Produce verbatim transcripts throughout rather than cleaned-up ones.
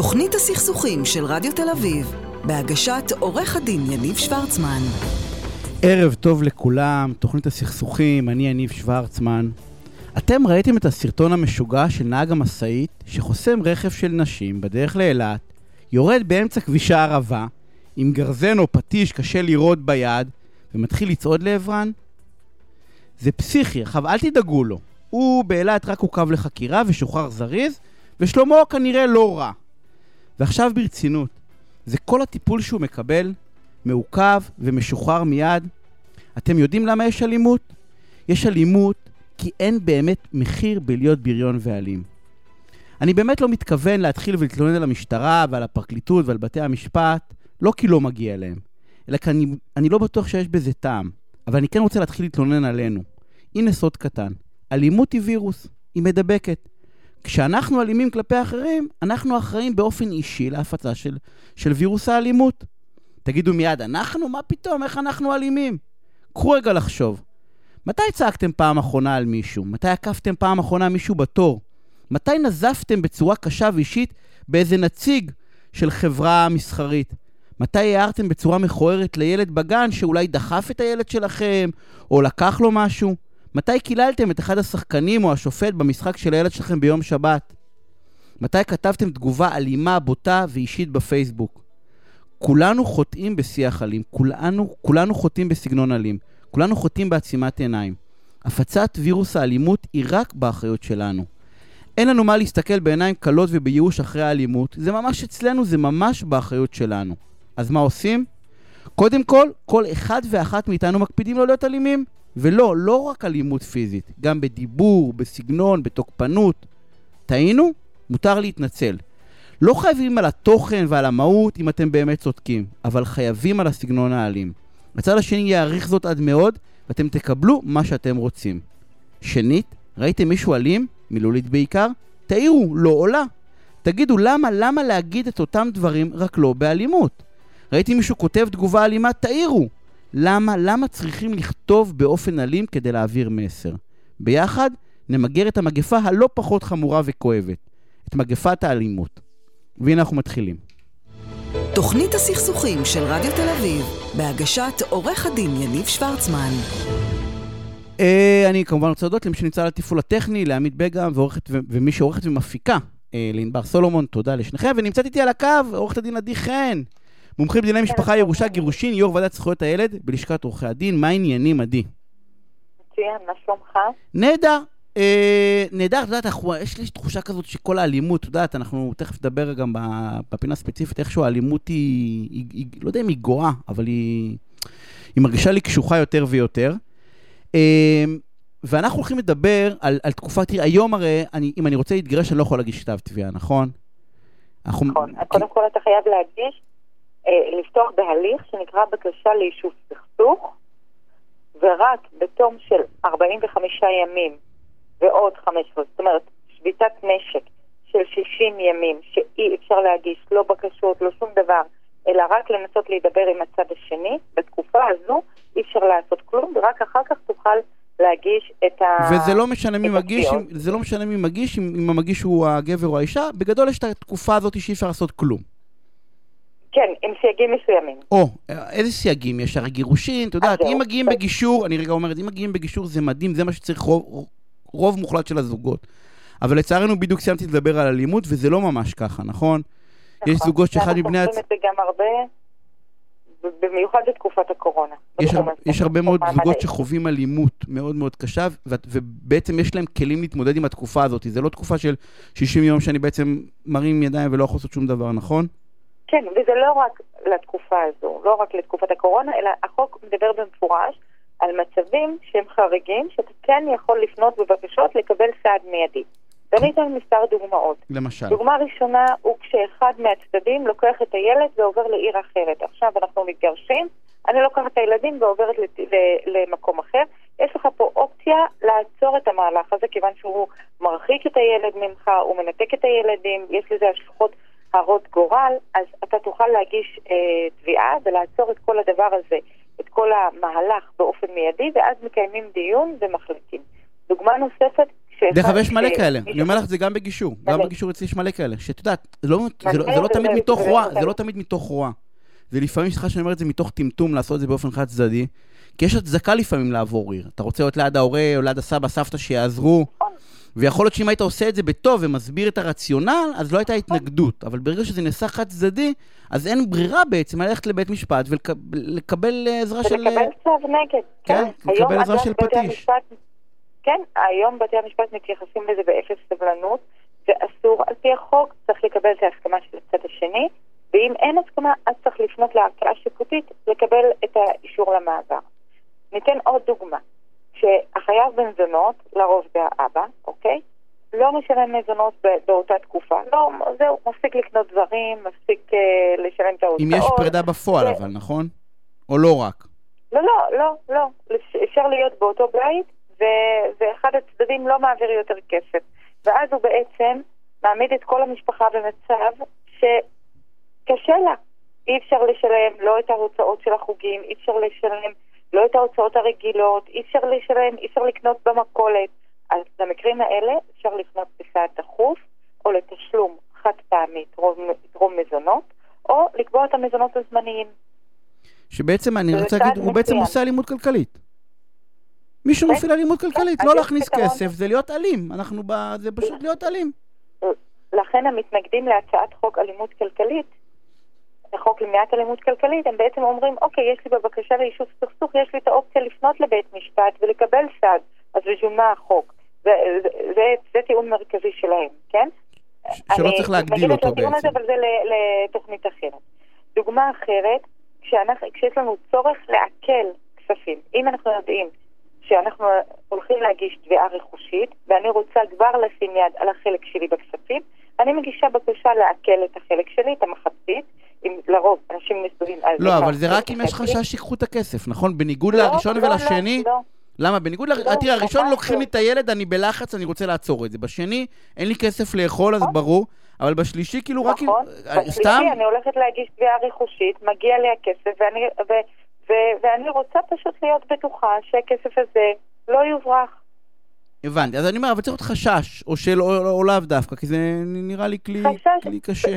תוכנית הסכסוכים של רדיו תל אביב, בהגשת עורך הדין יניב שוורצמן. ערב טוב לכולם, תוכנית הסכסוכים, אני יניב שוורצמן. אתם ראיתם את הסרטון המשוגע של נהג המשאית שחוסם רכב של נשים בדרך לאילת, יורד באמצע כביש הערבה, עם גרזן או פטיש קשה לראות ביד, ומתחיל לצעוד לעברן? זה פסיכי, עכשיו אל תדאגו לו. הוא באילת רק עוכב לחקירה ושוחרר זריז, ושלמה כנראה לא רע. ועכשיו ברצינות, זה כל הטיפול שהוא מקבל, מעוכב ומשוחרר מיד. אתם יודעים למה יש אלימות? יש אלימות כי אין באמת מחיר בלהיות בריון ואלים. אני באמת לא מתכוון להתחיל ולהתלונן על המשטרה ועל הפרקליטות ועל בתי המשפט, לא כי לא מגיע אליהם, אלא כי אני, אני לא בטוח שיש בזה טעם, אבל אני כן רוצה להתחיל להתלונן עלינו. הנה סוד קטן, אלימות היא וירוס, היא מדבקת. כשאנחנו אלימים כלפי אחרים, אנחנו אחראים באופן אישי להפצה של, של וירוס האלימות. תגידו מיד, אנחנו? מה פתאום? איך אנחנו אלימים? קחו רגע לחשוב. מתי צעקתם פעם אחרונה על מישהו? מתי עקפתם פעם אחרונה מישהו בתור? מתי נזפתם בצורה קשה ואישית באיזה נציג של חברה מסחרית? מתי הערתם בצורה מכוערת לילד בגן שאולי דחף את הילד שלכם או לקח לו משהו? מתי קיללתם את אחד השחקנים או השופט במשחק של הילד שלכם ביום שבת? מתי כתבתם תגובה אלימה, בוטה ואישית בפייסבוק? כולנו חוטאים בשיח אלים, כולנו, כולנו חוטאים בסגנון אלים, כולנו חוטאים בעצימת עיניים. הפצת וירוס האלימות היא רק באחריות שלנו. אין לנו מה להסתכל בעיניים קלות ובייאוש אחרי האלימות, זה ממש אצלנו, זה ממש באחריות שלנו. אז מה עושים? קודם כל, כל אחד ואחת מאיתנו מקפידים לא להיות אלימים, ולא, לא רק אלימות פיזית, גם בדיבור, בסגנון, בתוקפנות. טעינו? מותר להתנצל. לא חייבים על התוכן ועל המהות אם אתם באמת צודקים, אבל חייבים על הסגנון האלים. הצד השני יעריך זאת עד מאוד, ואתם תקבלו מה שאתם רוצים. שנית, ראיתם מישהו אלים, מילולית בעיקר? תעירו, לא עולה. תגידו למה, למה להגיד את אותם דברים רק לא באלימות? ראיתי מישהו כותב תגובה אלימה, תעירו. למה, למה צריכים לכתוב באופן אלים כדי להעביר מסר? ביחד נמגר את המגפה הלא פחות חמורה וכואבת, את מגפת האלימות. והנה אנחנו מתחילים. תוכנית הסכסוכים של רדיו תל אביב, בהגשת עורך הדין יניב שוורצמן. אני כמובן רוצה להודות למי שנמצא על התפעול הטכני, לעמית בגם, ומי שעורכת ומפיקה, לענבר סולומון, תודה לשניכם. ונמצאת איתי על הקו, עורכת הדין עדי חן, מומחית בדיני משפחה, ירושה, גירושין, יו"ר ועדת זכויות הילד בלשכת עורכי הדין. מה העניינים, עדי? מצוין, מה שלומך? נהדר. אה, נהדר, את יודעת, יש לי תחושה כזאת שכל האלימות, את יודעת, אנחנו תכף נדבר גם בפינה ספציפית, איכשהו האלימות היא, היא, היא, לא יודע אם היא גואה, אבל היא, היא מרגישה לי קשוחה יותר ויותר. אה, ואנחנו הולכים לדבר על, על תקופה, תראה, היום הרי, אני, אם אני רוצה להתגרש, אני לא יכול להגיש כתב תביעה, נכון? אנחנו, נכון, כי... קודם כל אתה חייב להגיש, לפתוח בהליך שנקרא בקשה ליישוב סכסוך, ורק בתום של ארבעים וחמישה ימים ועוד חמש, זאת אומרת שביתת נשק של שישים ימים שאי אפשר להגיש לא בקשות, לא שום דבר, אלא רק לנסות להידבר עם הצד השני, בתקופה הזו אי אפשר לעשות כלום, ורק אחר כך תוכל להגיש את ה... וזה לא משנה מי מגיש, זה לא משנה מי מגיש, אם המגיש הוא הגבר או האישה, בגדול יש את התקופה הזאת שאי אפשר לעשות כלום. כן, עם סייגים מסוימים. או, איזה סייגים? יש הרי גירושין, אתה יודעת, אם מגיעים בגישור, אני רגע אומרת, אם מגיעים בגישור זה מדהים, זה מה שצריך רוב, רוב מוחלט של הזוגות. אבל לצערנו בדיוק סיימתי לדבר על אלימות, וזה לא ממש ככה, נכון? יש זוגות שאחד מבני... אנחנו חושבים את זה גם הרבה, במיוחד בתקופת הקורונה. יש הרבה מאוד זוגות שחווים אלימות מאוד מאוד קשה, ובעצם יש להם כלים להתמודד עם התקופה הזאת. זה לא תקופה של שישים יום שאני בעצם מרים ידיים ולא יכול לעשות שום דבר, נכון? כן, וזה לא רק לתקופה הזו, לא רק לתקופת הקורונה, אלא החוק מדבר במפורש על מצבים שהם חריגים, שאתה כן יכול לפנות בבקשות לקבל סעד מיידי. ואני אתן מספר דוגמאות. למשל. דוגמה ראשונה הוא כשאחד מהצדדים לוקח את הילד ועובר לעיר אחרת. עכשיו אנחנו מתגרשים, אני לוקחת את הילדים ועוברת למקום אחר. יש לך פה אופציה לעצור את המהלך הזה, כיוון שהוא מרחיק את הילד ממך, הוא מנתק את הילדים, יש לזה השלכות הרות גורל, אז אתה תוכל להגיש אה, תביעה ולעצור את כל הדבר הזה, את כל המהלך באופן מיידי, ואז מקיימים דיון ומחליטים. דוגמה נוספת, דרך אגב יש מלא כאלה, אני אומר לך זה גם בגישור, גם בגישור אצלי יש מלא כאלה, שאת יודעת, זה לא תמיד מתוך רוע, זה לא תמיד מתוך רוע, זה לפעמים שלך שאני אומר את זה מתוך טמטום לעשות את זה באופן חד צדדי, כי יש הצדקה לפעמים לעבור עיר, אתה רוצה להיות ליד ההורה או ליד הסבא, סבתא שיעזרו, ויכול להיות שאם היית עושה את זה בטוב ומסביר את הרציונל, אז לא הייתה התנגדות, אבל ברגע שזה נעשה חד צדדי, אז אין ברירה בעצם ללכת לבית משפט ולקבל עזרה של... ולקבל צו נגד. כן, לקבל עזרה של פטיש. כן, היום בתי המשפט מתייחסים לזה באפס סבלנות, ואסור על פי החוק, צריך לקבל את ההסכמה של הצד השני, ואם אין הסכמה, אז צריך לפנות לערכאה שיפוטית לקבל את האישור למעבר. ניתן עוד דוגמה. שהחייב במזונות, לרוב זה האבא, אוקיי? לא משלם מזונות באותה תקופה. לא, זהו, מפסיק לקנות דברים, מפסיק אה, לשלם את ההוצאות. אם יש פרידה בפועל, ו... אבל, נכון? או לא רק? לא, לא, לא, לא. אפשר להיות באותו בית, ו... ואחד הצדדים לא מעביר יותר כסף. ואז הוא בעצם מעמיד את כל המשפחה במצב שקשה לה. אי אפשר לשלם לא את ההוצאות של החוגים, אי אפשר לשלם לא את ההוצאות הרגילות, אי אפשר לשלם, אי אפשר לקנות במכולת. אז במקרים האלה אפשר לפנות בסעד דחוף, או לתשלום חד פעמי טרום מזונות, או לקבוע את המזונות הזמניים. שבעצם, אני רוצה להגיד, הוא בעצם עושה אלימות כלכלית. מישהו מפעיל אלימות כלכלית, לא להכניס כסף, זה להיות אלים. אנחנו ב... זה פשוט להיות אלים. לכן המתנגדים להצעת חוק אלימות כלכלית, החוק למניעת אלימות כלכלית, הם בעצם אומרים, אוקיי, יש לי בבקשה ליישוב סכסוך, יש לי את האופציה לפנות לבית משפט ולקבל סעד, אז בשביל מה החוק? זה, זה, זה, זה טיעון מרכזי שלהם, כן? שלא אני צריך להגדיל אותו בעצם. הזה, אבל זה לתוכנית אחרת. דוגמה אחרת, כשאנחנו, כשיש לנו צורך לעכל כספים, אם אנחנו יודעים שאנחנו הולכים להגיש תביעה רכושית, ואני רוצה כבר לשים יד על החלק שלי בכספים, אני מגישה בקשה לעכל את החלק שלי, את המחצית, אם לרוב אנשים מסתובבים על זה. לא, אבל זה רק אם יש חשש שיקחו את הכסף, נכון? בניגוד לראשון ולשני, למה? בניגוד לראשון, תראה, הראשון לוקחים לי את הילד, אני בלחץ, אני רוצה לעצור את זה. בשני, אין לי כסף לאכול, אז ברור, אבל בשלישי, כאילו רק... נכון, בשלישי אני הולכת להגיש תביעה רכושית, מגיע לי הכסף, ואני רוצה פשוט להיות בטוחה שהכסף הזה לא יוברח. הבנתי, אז אני אומר, אבל צריך להיות חשש, או של או לאו דווקא, כי זה נראה לי כלי קשה.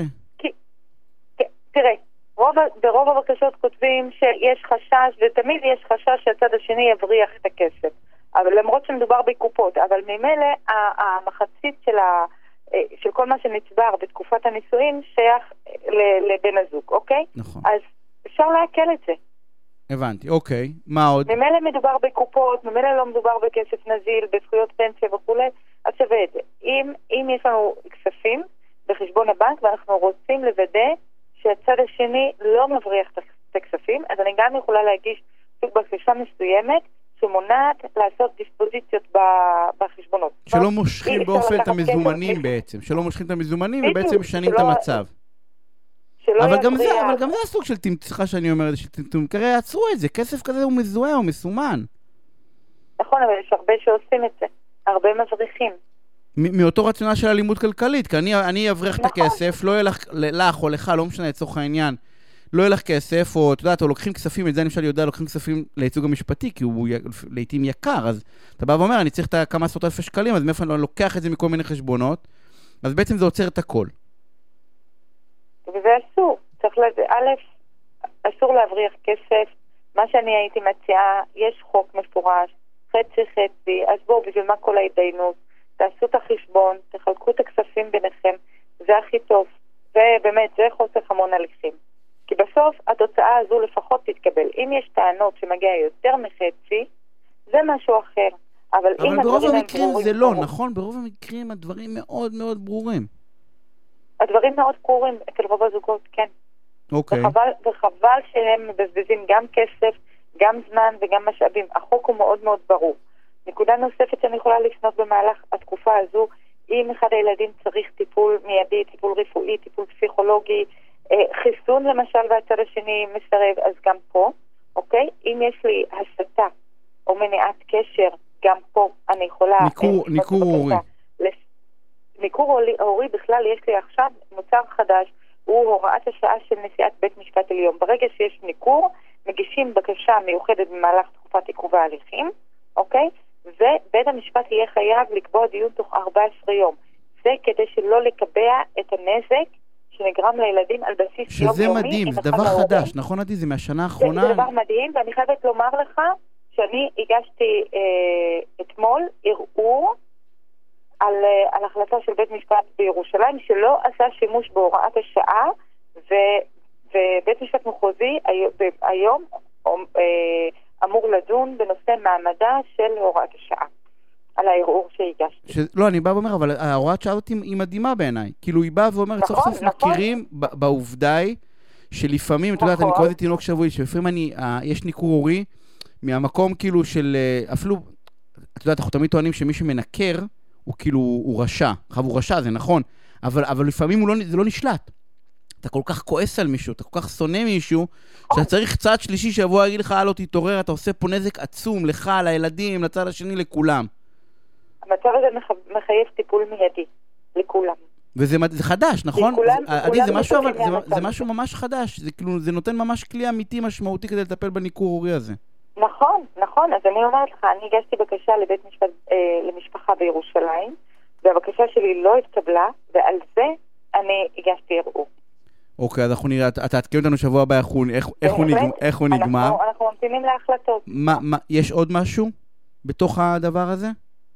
תראה, רוב, ברוב הבקשות כותבים שיש חשש, ותמיד יש חשש שהצד השני יבריח את הכסף. אבל למרות שמדובר בקופות, אבל ממילא המחצית של, ה, של כל מה שנצבר בתקופת הנישואים שייך לבן הזוג, אוקיי? נכון. אז אפשר להקל את זה. הבנתי, אוקיי. מה עוד? ממילא מדובר בקופות, ממילא לא מדובר בכסף נזיל, בזכויות פנסיה וכו'. אז שווה את זה. אם, אם יש לנו כספים בחשבון הבנק ואנחנו רוצים לוודא שהצד השני לא מבריח את הכספים, אז אני גם יכולה להגיש סוג בקשה מסוימת שמונעת לעשות דיספוזיציות בחשבונות. שלא מושכים באופן את המזומנים בעצם, שלא מושכים את המזומנים ובעצם משנים את המצב. אבל גם זה, אבל גם זה הסוג של תמצחה שאני אומרת, של טמטום, כרי יעצרו את זה, כסף כזה הוא מזוהה, הוא מסומן. נכון, אבל יש הרבה שעושים את זה, הרבה מבריחים. מאותו רציונל של אלימות כלכלית, כי אני אבריח את הכסף, לא יהיה לך או לך, לא משנה לצורך העניין, לא יהיה לך כסף, או אתה יודעת, או לוקחים כספים, את זה אני אפשר יודע, לוקחים כספים לייצוג המשפטי, כי הוא לעתים יקר, אז אתה בא ואומר, אני צריך את כמה עשרות אלפי שקלים, אז מאיפה אני לוקח את זה מכל מיני חשבונות, אז בעצם זה עוצר את הכל. וזה אסור, צריך לזה, א', אסור להבריח כסף, מה שאני הייתי מציעה, יש חוק מפורש, חצי חצי, אז בואו, בשביל מה כל ההתדיינות, תעשו את החשבון, תחלקו את הכספים ביניכם, זה הכי טוב, ובאמת, זה חוסך המון הליכים. כי בסוף התוצאה הזו לפחות תתקבל. אם יש טענות שמגיע יותר מחצי, זה משהו אחר. אבל, אבל ברוב המקרים זה לא, נכון? ברוב המקרים הדברים מאוד מאוד ברורים. הדברים מאוד ברורים, אצל רוב הזוגות, כן. אוקיי. וחבל, וחבל שהם מבזבזים גם כסף, גם זמן וגם משאבים. החוק הוא מאוד מאוד ברור. נקודה נוספת שאני יכולה לפנות במהלך התקופה הזו, אם אחד הילדים צריך טיפול מיידי, טיפול רפואי, טיפול פסיכולוגי, חיסון למשל והצד השני מסרב, אז גם פה, אוקיי? אם יש לי הסתה או מניעת קשר, גם פה אני יכולה... ניכור, ניכור הורי. ניכור הורי בכלל יש לי עכשיו מוצר חדש, הוא הוראת השעה של נשיאת בית משפט עליון. ברגע שיש ניכור, מגישים בקשה מיוחדת במהלך תקופת עיכוב ההליכים, אוקיי? ובית המשפט יהיה חייב לקבוע דיון תוך ארבע עשרה יום. זה כדי שלא לקבע את הנזק שנגרם לילדים על בסיס יום יומי. שזה מדהים, זה דבר חדש, נכון עדי? זה מהשנה האחרונה. זה דבר מדהים, ואני חייבת לומר לך שאני הגשתי אה, אתמול ערעור על, אה, על החלטה של בית משפט בירושלים שלא עשה שימוש בהוראת השעה, ו, ובית משפט מחוזי היום אה, אמור לדון בנושא מעמדה של הוראת השעה. על הערעור שהגשתי. ש... לא, אני בא ואומר, אבל ההוראת שעה הזאת היא מדהימה בעיניי. כאילו, היא באה ואומרת, נכון, סוף סוף נכון. מכירים בעובדה היא, שלפעמים, נכון. את יודעת, אני קורא את תינוק שבועי, שלפעמים אני, יש ניכור הורי, מהמקום כאילו של, אפילו, את יודעת, אנחנו תמיד טוענים שמי שמנקר, הוא כאילו, הוא רשע. עכשיו, הוא רשע, זה נכון, אבל, אבל לפעמים הוא לא, זה לא נשלט. אתה כל כך כועס על מישהו, אתה כל כך שונא מישהו, שאתה צריך צד שלישי שבוע להגיד לך, הלו, תתעורר, אתה עושה פה נזק עצום, לך, לילדים, לצד השני, לכולם. המצב הזה מחייב טיפול מיידי, לכולם. וזה זה חדש, נכון? לכולם, זה, עדי, זה משהו, אבל, זה, זה משהו ממש חדש. זה, כאילו, זה נותן ממש כלי אמיתי משמעותי כדי לטפל בניכור הורי הזה. נכון, נכון. אז אני אומרת לך, אני הגשתי בקשה לבית משפט, אה, למשפחה בירושלים, והבקשה שלי לא התקבלה, ועל זה אני הגשתי ערעור. אוקיי, אז אנחנו נראה, אתה תעדכן אותנו שבוע הבא, איך הוא, איך, איך הוא, נגמר, איך הוא נגמר. אנחנו, אנחנו ממתינים להחלטות. מה, מה, יש עוד משהו בתוך הדבר הזה?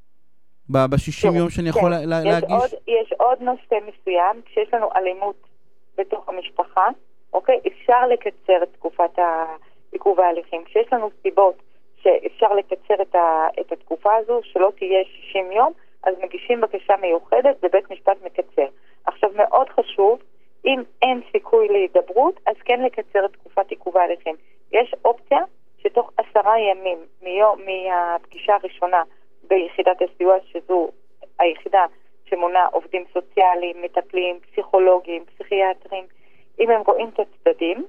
ב-שישים יום שאני יכול כן. לה, יש להגיש? עוד, יש עוד נושא מסוים, כשיש לנו אלימות בתוך המשפחה, אוקיי? אפשר לקצר את תקופת עיכוב ההליכים. כשיש לנו סיבות שאפשר לקצר את, ה, את התקופה הזו, שלא תהיה שישים יום, אז מגישים בקשה מיוחדת, ובית משפט מקצר. עכשיו, מאוד חשוב, אם אין סיכוי להידברות, אז כן לקצר את תקופת עיכוב ההליכים. יש אופציה שתוך עשרה ימים מיום, מהפגישה הראשונה ביחידת הסיוע, שזו היחידה שמונה עובדים סוציאליים, מטפלים, פסיכולוגים, פסיכיאטרים, אם הם רואים את הצדדים,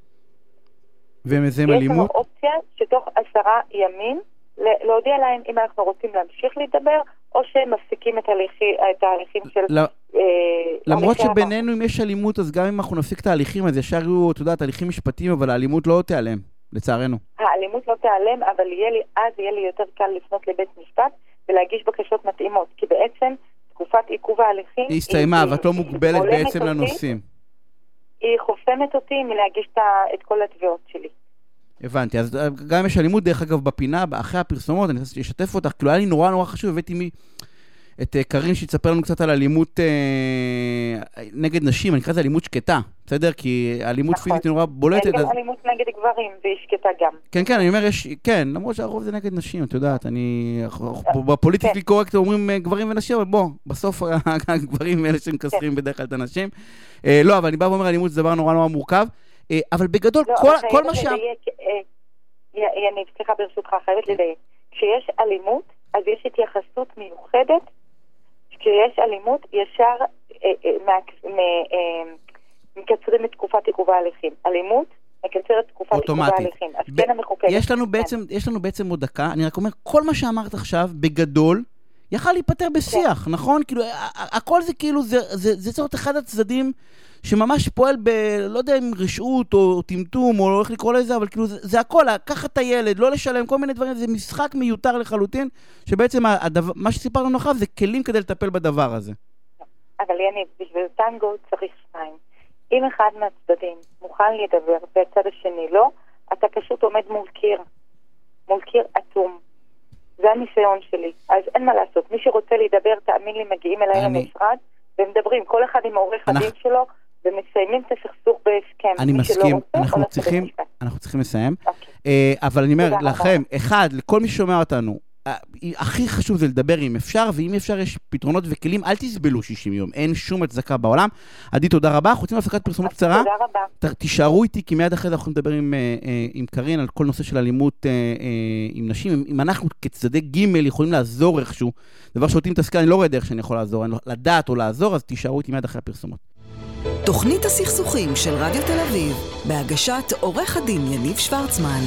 ומזהם אלימות? יש לנו אופציה שתוך עשרה ימים להודיע להם אם אנחנו רוצים להמשיך לדבר, או שהם מפסיקים את ההליכים של... למרות שבינינו אם יש אלימות, אז גם אם אנחנו נפסיק את ההליכים, אז ישר יהיו, אתה יודע, תהליכים משפטיים, אבל האלימות לא תיעלם, לצערנו. האלימות לא תיעלם, אבל אז יהיה לי יותר קל לפנות לבית משפט ולהגיש בקשות מתאימות, כי בעצם תקופת עיכוב ההליכים... היא הסתיימה, ואת לא מוגבלת בעצם לנושאים. היא חוסמת אותי מלהגיש את כל התביעות שלי. הבנתי, אז גם אם יש אלימות, דרך אגב, בפינה, אחרי הפרסומות, אני חושב שישתף אותך, כאילו היה לי נורא נורא חשוב, הבאתי מי, את קרין שיצפר לנו קצת על אלימות אה, נגד נשים, אני חושב שזה אלימות שקטה, בסדר? כי אלימות נכון. פיזית היא נורא בולטת. אין גם אז... אלימות נגד גברים, והיא שקטה גם. כן, כן, אני אומר, יש, כן, למרות שהרוב זה נגד נשים, את יודעת, אני, בפוליטיקלי קורקט אומרים גברים ונשים, אבל בוא, בסוף הגברים אלה שמכסחים בדרך כלל את הנשים. אה, לא, אבל אני בא ואומר, אלימות זה דבר נורא נורא מורכב, אה, אבל בגדול, לא, כל, כל מה שם... יניב, סליחה ברשותך, חייבת לדייק. כשיש אלימות, אז יש התייחסות מיוחדת. כשיש אלימות, ישר מקצרים את תקופת עיכוב ההליכים. אלימות מקצרת תקופת עיכוב ההליכים. אז כן המחוקק. יש לנו בעצם, יש לנו בעצם עוד דקה, אני רק אומר, כל מה שאמרת עכשיו, בגדול, יכל להיפטר בשיח, נכון? כאילו, הכל זה כאילו, זה צריך אחד הצדדים שממש פועל ב, לא יודע אם רשעות או טמטום או איך לקרוא לזה, אבל כאילו זה, זה הכל, לקחת את הילד, לא לשלם, כל מיני דברים, זה משחק מיותר לחלוטין, שבעצם הדבר, מה שסיפר לנו עכשיו זה כלים כדי לטפל בדבר הזה. אבל יניב, בשביל טנגו צריך שניים. אם אחד מהצדדים מוכן לדבר והצד השני לא, אתה פשוט עומד מול קיר, מול קיר אטום. זה הניסיון שלי. אז אין מה לעשות. מי שרוצה לדבר, תאמין לי, מגיעים אליי אני... למשרד, ומדברים, כל אחד עם העורך אנחנו... הדין שלו, ומסיימים את הסכסוך בהסכם. אני מסכים, רוצה, אנחנו, צריכים, אנחנו צריכים לסיים. Okay. Uh, אבל אני אומר לכם, רבה. אחד, לכל מי ששומע אותנו, uh, הכי חשוב זה לדבר אם אפשר, ואם אפשר יש פתרונות וכלים, אל תסבלו שישים יום, אין שום הצדקה בעולם. עדי, תודה רבה, אנחנו רוצים להפסקת פרסומות קצרה. תודה רבה. ת, תישארו איתי, כי מיד אחרי זה אנחנו נדבר עם, uh, uh, עם קרין על כל נושא של אלימות uh, uh, עם נשים. אם, אם אנחנו כצדדי ג' יכולים לעזור איכשהו, דבר שאותי מתעסקה, אני לא רואה דרך שאני יכול לעזור, אני לא, לדעת או לעזור, אז תישארו איתי מיד אחרי הפרסומות. תוכנית הסכסוכים של רדיו תל אביב, בהגשת עורך הדין יניב שוורצמן.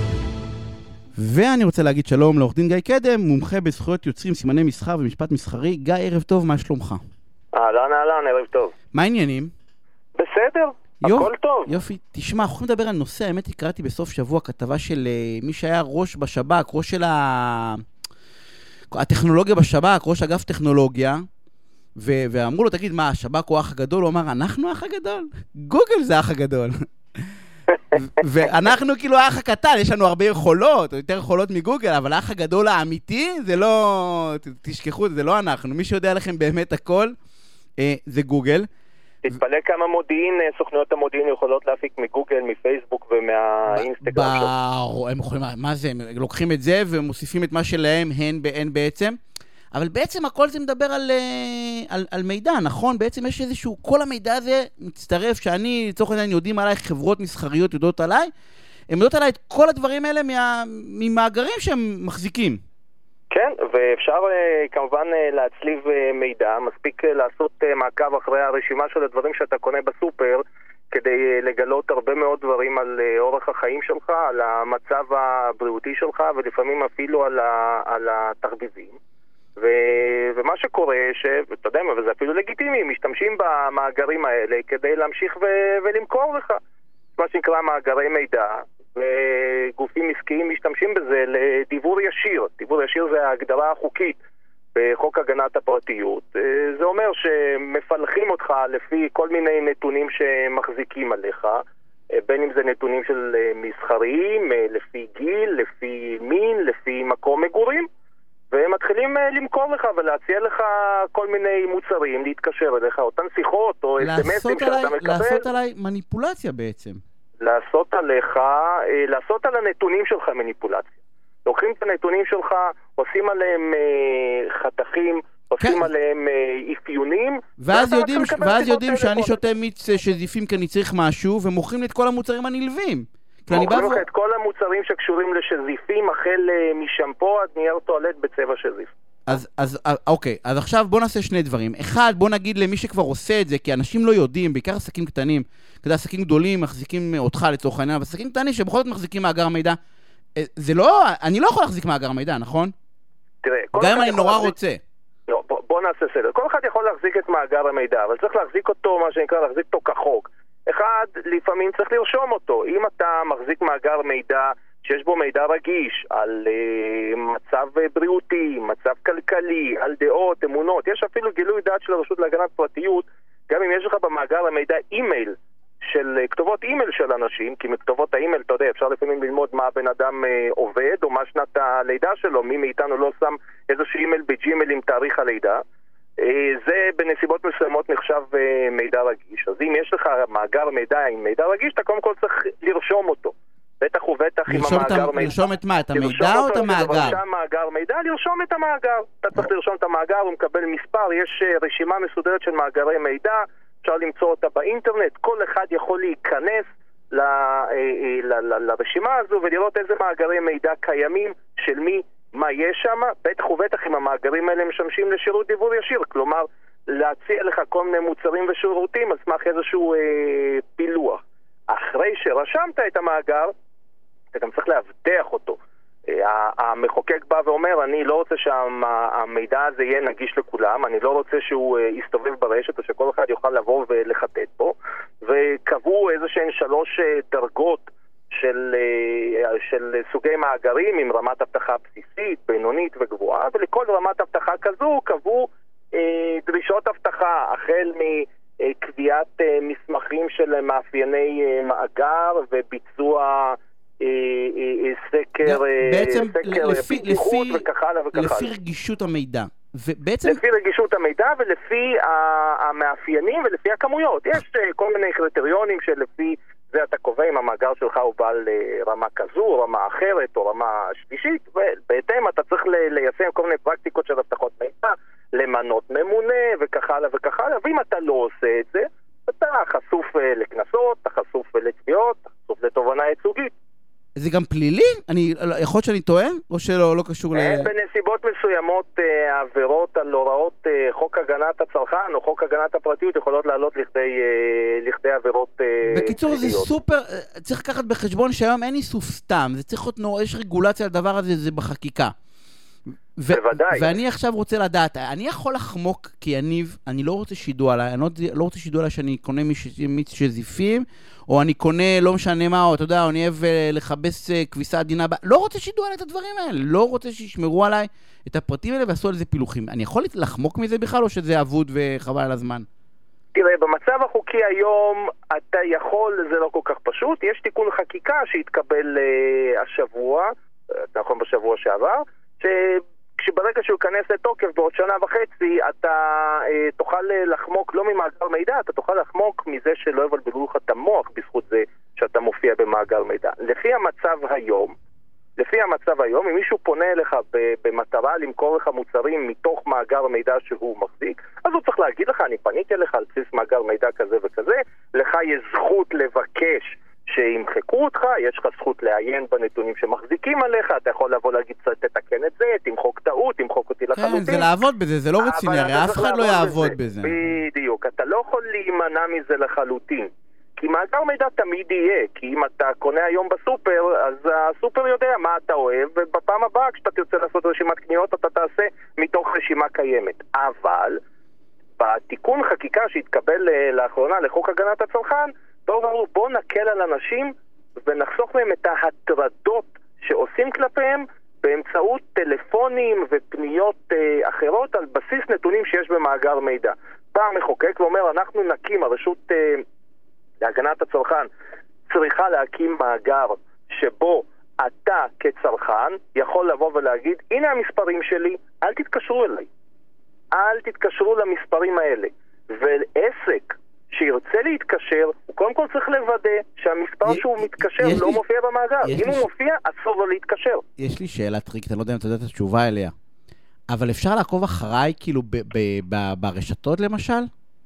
ואני רוצה להגיד שלום לעורך דין גיא קדם, מומחה בזכויות יוצרים, סימני מסחר ומשפט מסחרי. גיא, ערב טוב, מה שלומך? אהלן, אהלן, ערב טוב. מה העניינים? בסדר, יופ, הכל טוב. יופי, תשמע, אנחנו יכולים לדבר על נושא, האמת היא קראתי בסוף שבוע כתבה של uh, מי שהיה ראש בשב"כ, ראש של ה... הטכנולוגיה בשב"כ, ראש אגף טכנולוגיה, ו- ואמרו לו, תגיד, מה, השב"כ הוא האח הגדול? הוא אמר, אנחנו האח הגדול? גוגל זה האח הגדול. ואנחנו כאילו האח הקטן, יש לנו הרבה יכולות, יותר יכולות מגוגל, אבל האח הגדול האמיתי, זה לא, תשכחו, זה לא אנחנו. מי שיודע לכם באמת הכל, זה גוגל. תתפלא כמה מודיעין, סוכנויות המודיעין יכולות להפיק מגוגל, מפייסבוק ומהאינסטגרם. הם יכולים, מה זה, הם לוקחים את זה ומוסיפים את מה שלהם, הן בעצם. אבל בעצם הכל זה מדבר על, על, על מידע, נכון? בעצם יש איזשהו, כל המידע הזה מצטרף, שאני, לצורך העניין, יודעים עליי, חברות מסחריות יודעות עליי, הם יודעות עליי את כל הדברים האלה מה, ממאגרים שהם מחזיקים. כן, ואפשר כמובן להצליב מידע, מספיק לעשות מעקב אחרי הרשימה של הדברים שאתה קונה בסופר, כדי לגלות הרבה מאוד דברים על אורח החיים שלך, על המצב הבריאותי שלך, ולפעמים אפילו על, ה, על התחביבים. ו... ומה שקורה, שאתה יודע מה, וזה אפילו לגיטימי, משתמשים במאגרים האלה כדי להמשיך ו... ולמכור לך. מה שנקרא מאגרי מידע, וגופים עסקיים משתמשים בזה לדיבור ישיר. דיבור ישיר זה ההגדרה החוקית בחוק הגנת הפרטיות. זה אומר שמפלחים אותך לפי כל מיני נתונים שמחזיקים עליך, בין אם זה נתונים של מסחריים, לפי גיל, לפי מין, לפי מקום מגורים. והם מתחילים למכור לך ולהציע לך כל מיני מוצרים, להתקשר אליך, אותן שיחות או אס-אמסים שאתה מקבל. לעשות עליי מניפולציה בעצם. לעשות עליך, לעשות על הנתונים שלך מניפולציה. לוקחים את הנתונים שלך, עושים עליהם חתכים, עושים עליהם אפיונים. ואז יודעים, ואז יודעים שאני שותה מיץ שזיפים כי אני צריך משהו, ומוכרים לי את כל המוצרים הנלווים. מוכרים לך את כל המוצרים שקשורים לשזיפים, החל משמפו עד נייר טואלט בצבע שזיף. אז, אז, אוקיי, אז עכשיו בוא נעשה שני דברים. אחד, בוא נגיד למי שכבר עושה את זה, כי אנשים לא יודעים, בעיקר עסקים קטנים, כדי עסקים גדולים מחזיקים אותך לצורך העניין, אבל עסקים קטנים שבכל זאת מחזיקים מאגר מידע, זה לא, אני לא יכול להחזיק מאגר מידע, נכון? תראה, גם אם אני נורא להחזיק... רוצה. לא, בוא, בוא נעשה סדר. כל אחד יכול להחזיק את מאגר המידע, אבל צריך להחזיק אותו, מה שנקרא, להחזיק אותו כחוק. אחד, לפעמים צריך לרשום אותו. אם אתה מחזיק מאגר מידע שיש בו מידע רגיש על uh, מצב בריאותי, מצב כלכלי, על דעות, אמונות, יש אפילו גילוי דעת של הרשות להגנת פרטיות, גם אם יש לך במאגר המידע אימייל של uh, כתובות אימייל של אנשים, כי מכתובות האימייל, אתה יודע, אפשר לפעמים ללמוד מה הבן אדם uh, עובד, או מה שנת הלידה שלו, מי מאיתנו לא שם איזשהו אימייל בג'ימייל עם תאריך הלידה. זה בנסיבות מסוימות נחשב מידע רגיש. אז אם יש לך מאגר מידע עם מידע רגיש, אתה קודם כל צריך לרשום אותו. בטח ובטח עם המאגר מידע. לרשום את מה? את המידע או את המאגר? לרשום מאגר מידע, לרשום את המאגר. אתה צריך לרשום את המאגר, הוא מקבל מספר, יש רשימה מסודרת של מאגרי מידע, אפשר למצוא אותה באינטרנט, כל אחד יכול להיכנס לרשימה הזו ולראות איזה מאגרי מידע קיימים, של מי, מה יש שם, בטח ובטח אם המאגרים האלה משמשים לשירות דיבור ישיר, כלומר להציע לך כל מיני מוצרים ושירותים על סמך איזשהו אה, פילוח. אחרי שרשמת את המאגר, אתה גם צריך להבטח אותו. אה, המחוקק בא ואומר, אני לא רוצה שהמידע הזה יהיה נגיש לכולם, אני לא רוצה שהוא אה, יסתובב ברשת, או שכל אחד יוכל לבוא ולחטט בו, וקבעו איזה שהן שלוש אה, דרגות של, של סוגי מאגרים עם רמת הבטחה בסיסית, בינונית וגבוהה, ולכל רמת הבטחה כזו קבעו אה, דרישות הבטחה, החל מקביעת אה, מסמכים של מאפייני אה, מאגר וביצוע אה, אה, סקר, בעצם סקר לפי, בטיחות לפי, וכך הלאה וכך הלאה. לפי רגישות המידע. ובעצם... לפי רגישות המידע ולפי המאפיינים ולפי הכמויות. יש אה, כל מיני קריטריונים שלפי זה אתה קובע אם המאגר שלך הוא בעל רמה כזו, רמה אחרת או רמה שלישית, ובהתאם אתה צריך ליישם כל מיני פרקטיקות של הבטחות מידע, למנות ממונה וכך הלאה וכך הלאה, ואם אתה לא עושה את זה, אתה חשוף לכנסות, אתה חשוף לתביעות, אתה חשוף לתובענה ייצוגית. זה גם פלילי? אני, יכול להיות שאני טועה? או שלא לא קשור ל... בנסיבות מסוימות העבירות על הוראות חוק הגנת הצרכן או חוק הגנת הפרטיות יכולות לעלות לכדי, לכדי עבירות פליליות. בקיצור זה סופר, צריך לקחת בחשבון שהיום אין איסוף סתם, זה צריך להיות נורא, יש רגולציה על הדבר הזה, זה בחקיקה. בוודאי. ואני עכשיו רוצה לדעת, אני יכול לחמוק כיניב, אני לא רוצה שידוע עליי, אני לא רוצה שידוע עליי שאני קונה מיץ שזיפים, או אני קונה לא משנה מה, או אתה יודע, אני אוהב לחבס כביסה עדינה, לא רוצה שידוע עליי את הדברים האלה, לא רוצה שישמרו עליי את הפרטים האלה ועשו על זה פילוחים. אני יכול לחמוק מזה בכלל, או שזה אבוד וחבל על הזמן? תראה, במצב החוקי היום אתה יכול, זה לא כל כך פשוט, יש תיקון חקיקה שהתקבל uh, השבוע, נכון בשבוע שעבר, שברגע שהוא ייכנס לתוקף בעוד שנה וחצי, אתה uh, תוכל לחמוק לא ממאגר מידע, אתה תוכל לחמוק מזה שלא יבלבלו לך את המוח בזכות זה שאתה מופיע במאגר מידע. לפי המצב היום, לפי המצב היום, אם מישהו פונה אליך במטרה למכור לך מוצרים מתוך מאגר מידע שהוא מחזיק, אז הוא צריך להגיד לך, אני פניתי אליך על בסיס מאגר מידע כזה וכזה, לך יש זכות לבקש שימחקו אותך, יש לך זכות לעיין בנתונים שמחזיקים עליך, אתה יכול לבוא להגיד, תתקן את זה, תמחוק טעות, תמחוק אותי לחלוטין. כן, זה לעבוד בזה, זה לא רציני, הרי אף אחד לא יעבוד בזה. בדיוק, אתה לא יכול להימנע מזה לחלוטין. כי מאגר מידע תמיד יהיה, כי אם אתה קונה היום בסופר, אז הסופר יודע מה אתה אוהב, ובפעם הבאה כשאתה תרצה לעשות רשימת קניות, אתה תעשה מתוך רשימה קיימת. אבל בתיקון חקיקה שהתקבל לאחרונה לחוק הגנת הצרכן, בואו בוא נקל על אנשים ונחסוך מהם את ההטרדות שעושים כלפיהם באמצעות טלפונים ופניות אה, אחרות על בסיס נתונים שיש במאגר מידע. בא המחוקק ואומר, אנחנו נקים, הרשות אה, להגנת הצרכן צריכה להקים מאגר שבו אתה כצרכן יכול לבוא ולהגיד, הנה המספרים שלי, אל תתקשרו אליי. אל תתקשרו למספרים האלה. ועסק שירצה להתקשר, הוא קודם כל צריך לוודא שהמספר שהוא מתקשר לא לי, מופיע במאגר. אם הוא מופיע, אסור לו להתקשר. יש לי שאלה טריקית, אני לא יודע אם אתה יודע את התשובה אליה. אבל אפשר לעקוב אחריי כאילו ב- ב- ב- ברשתות למשל?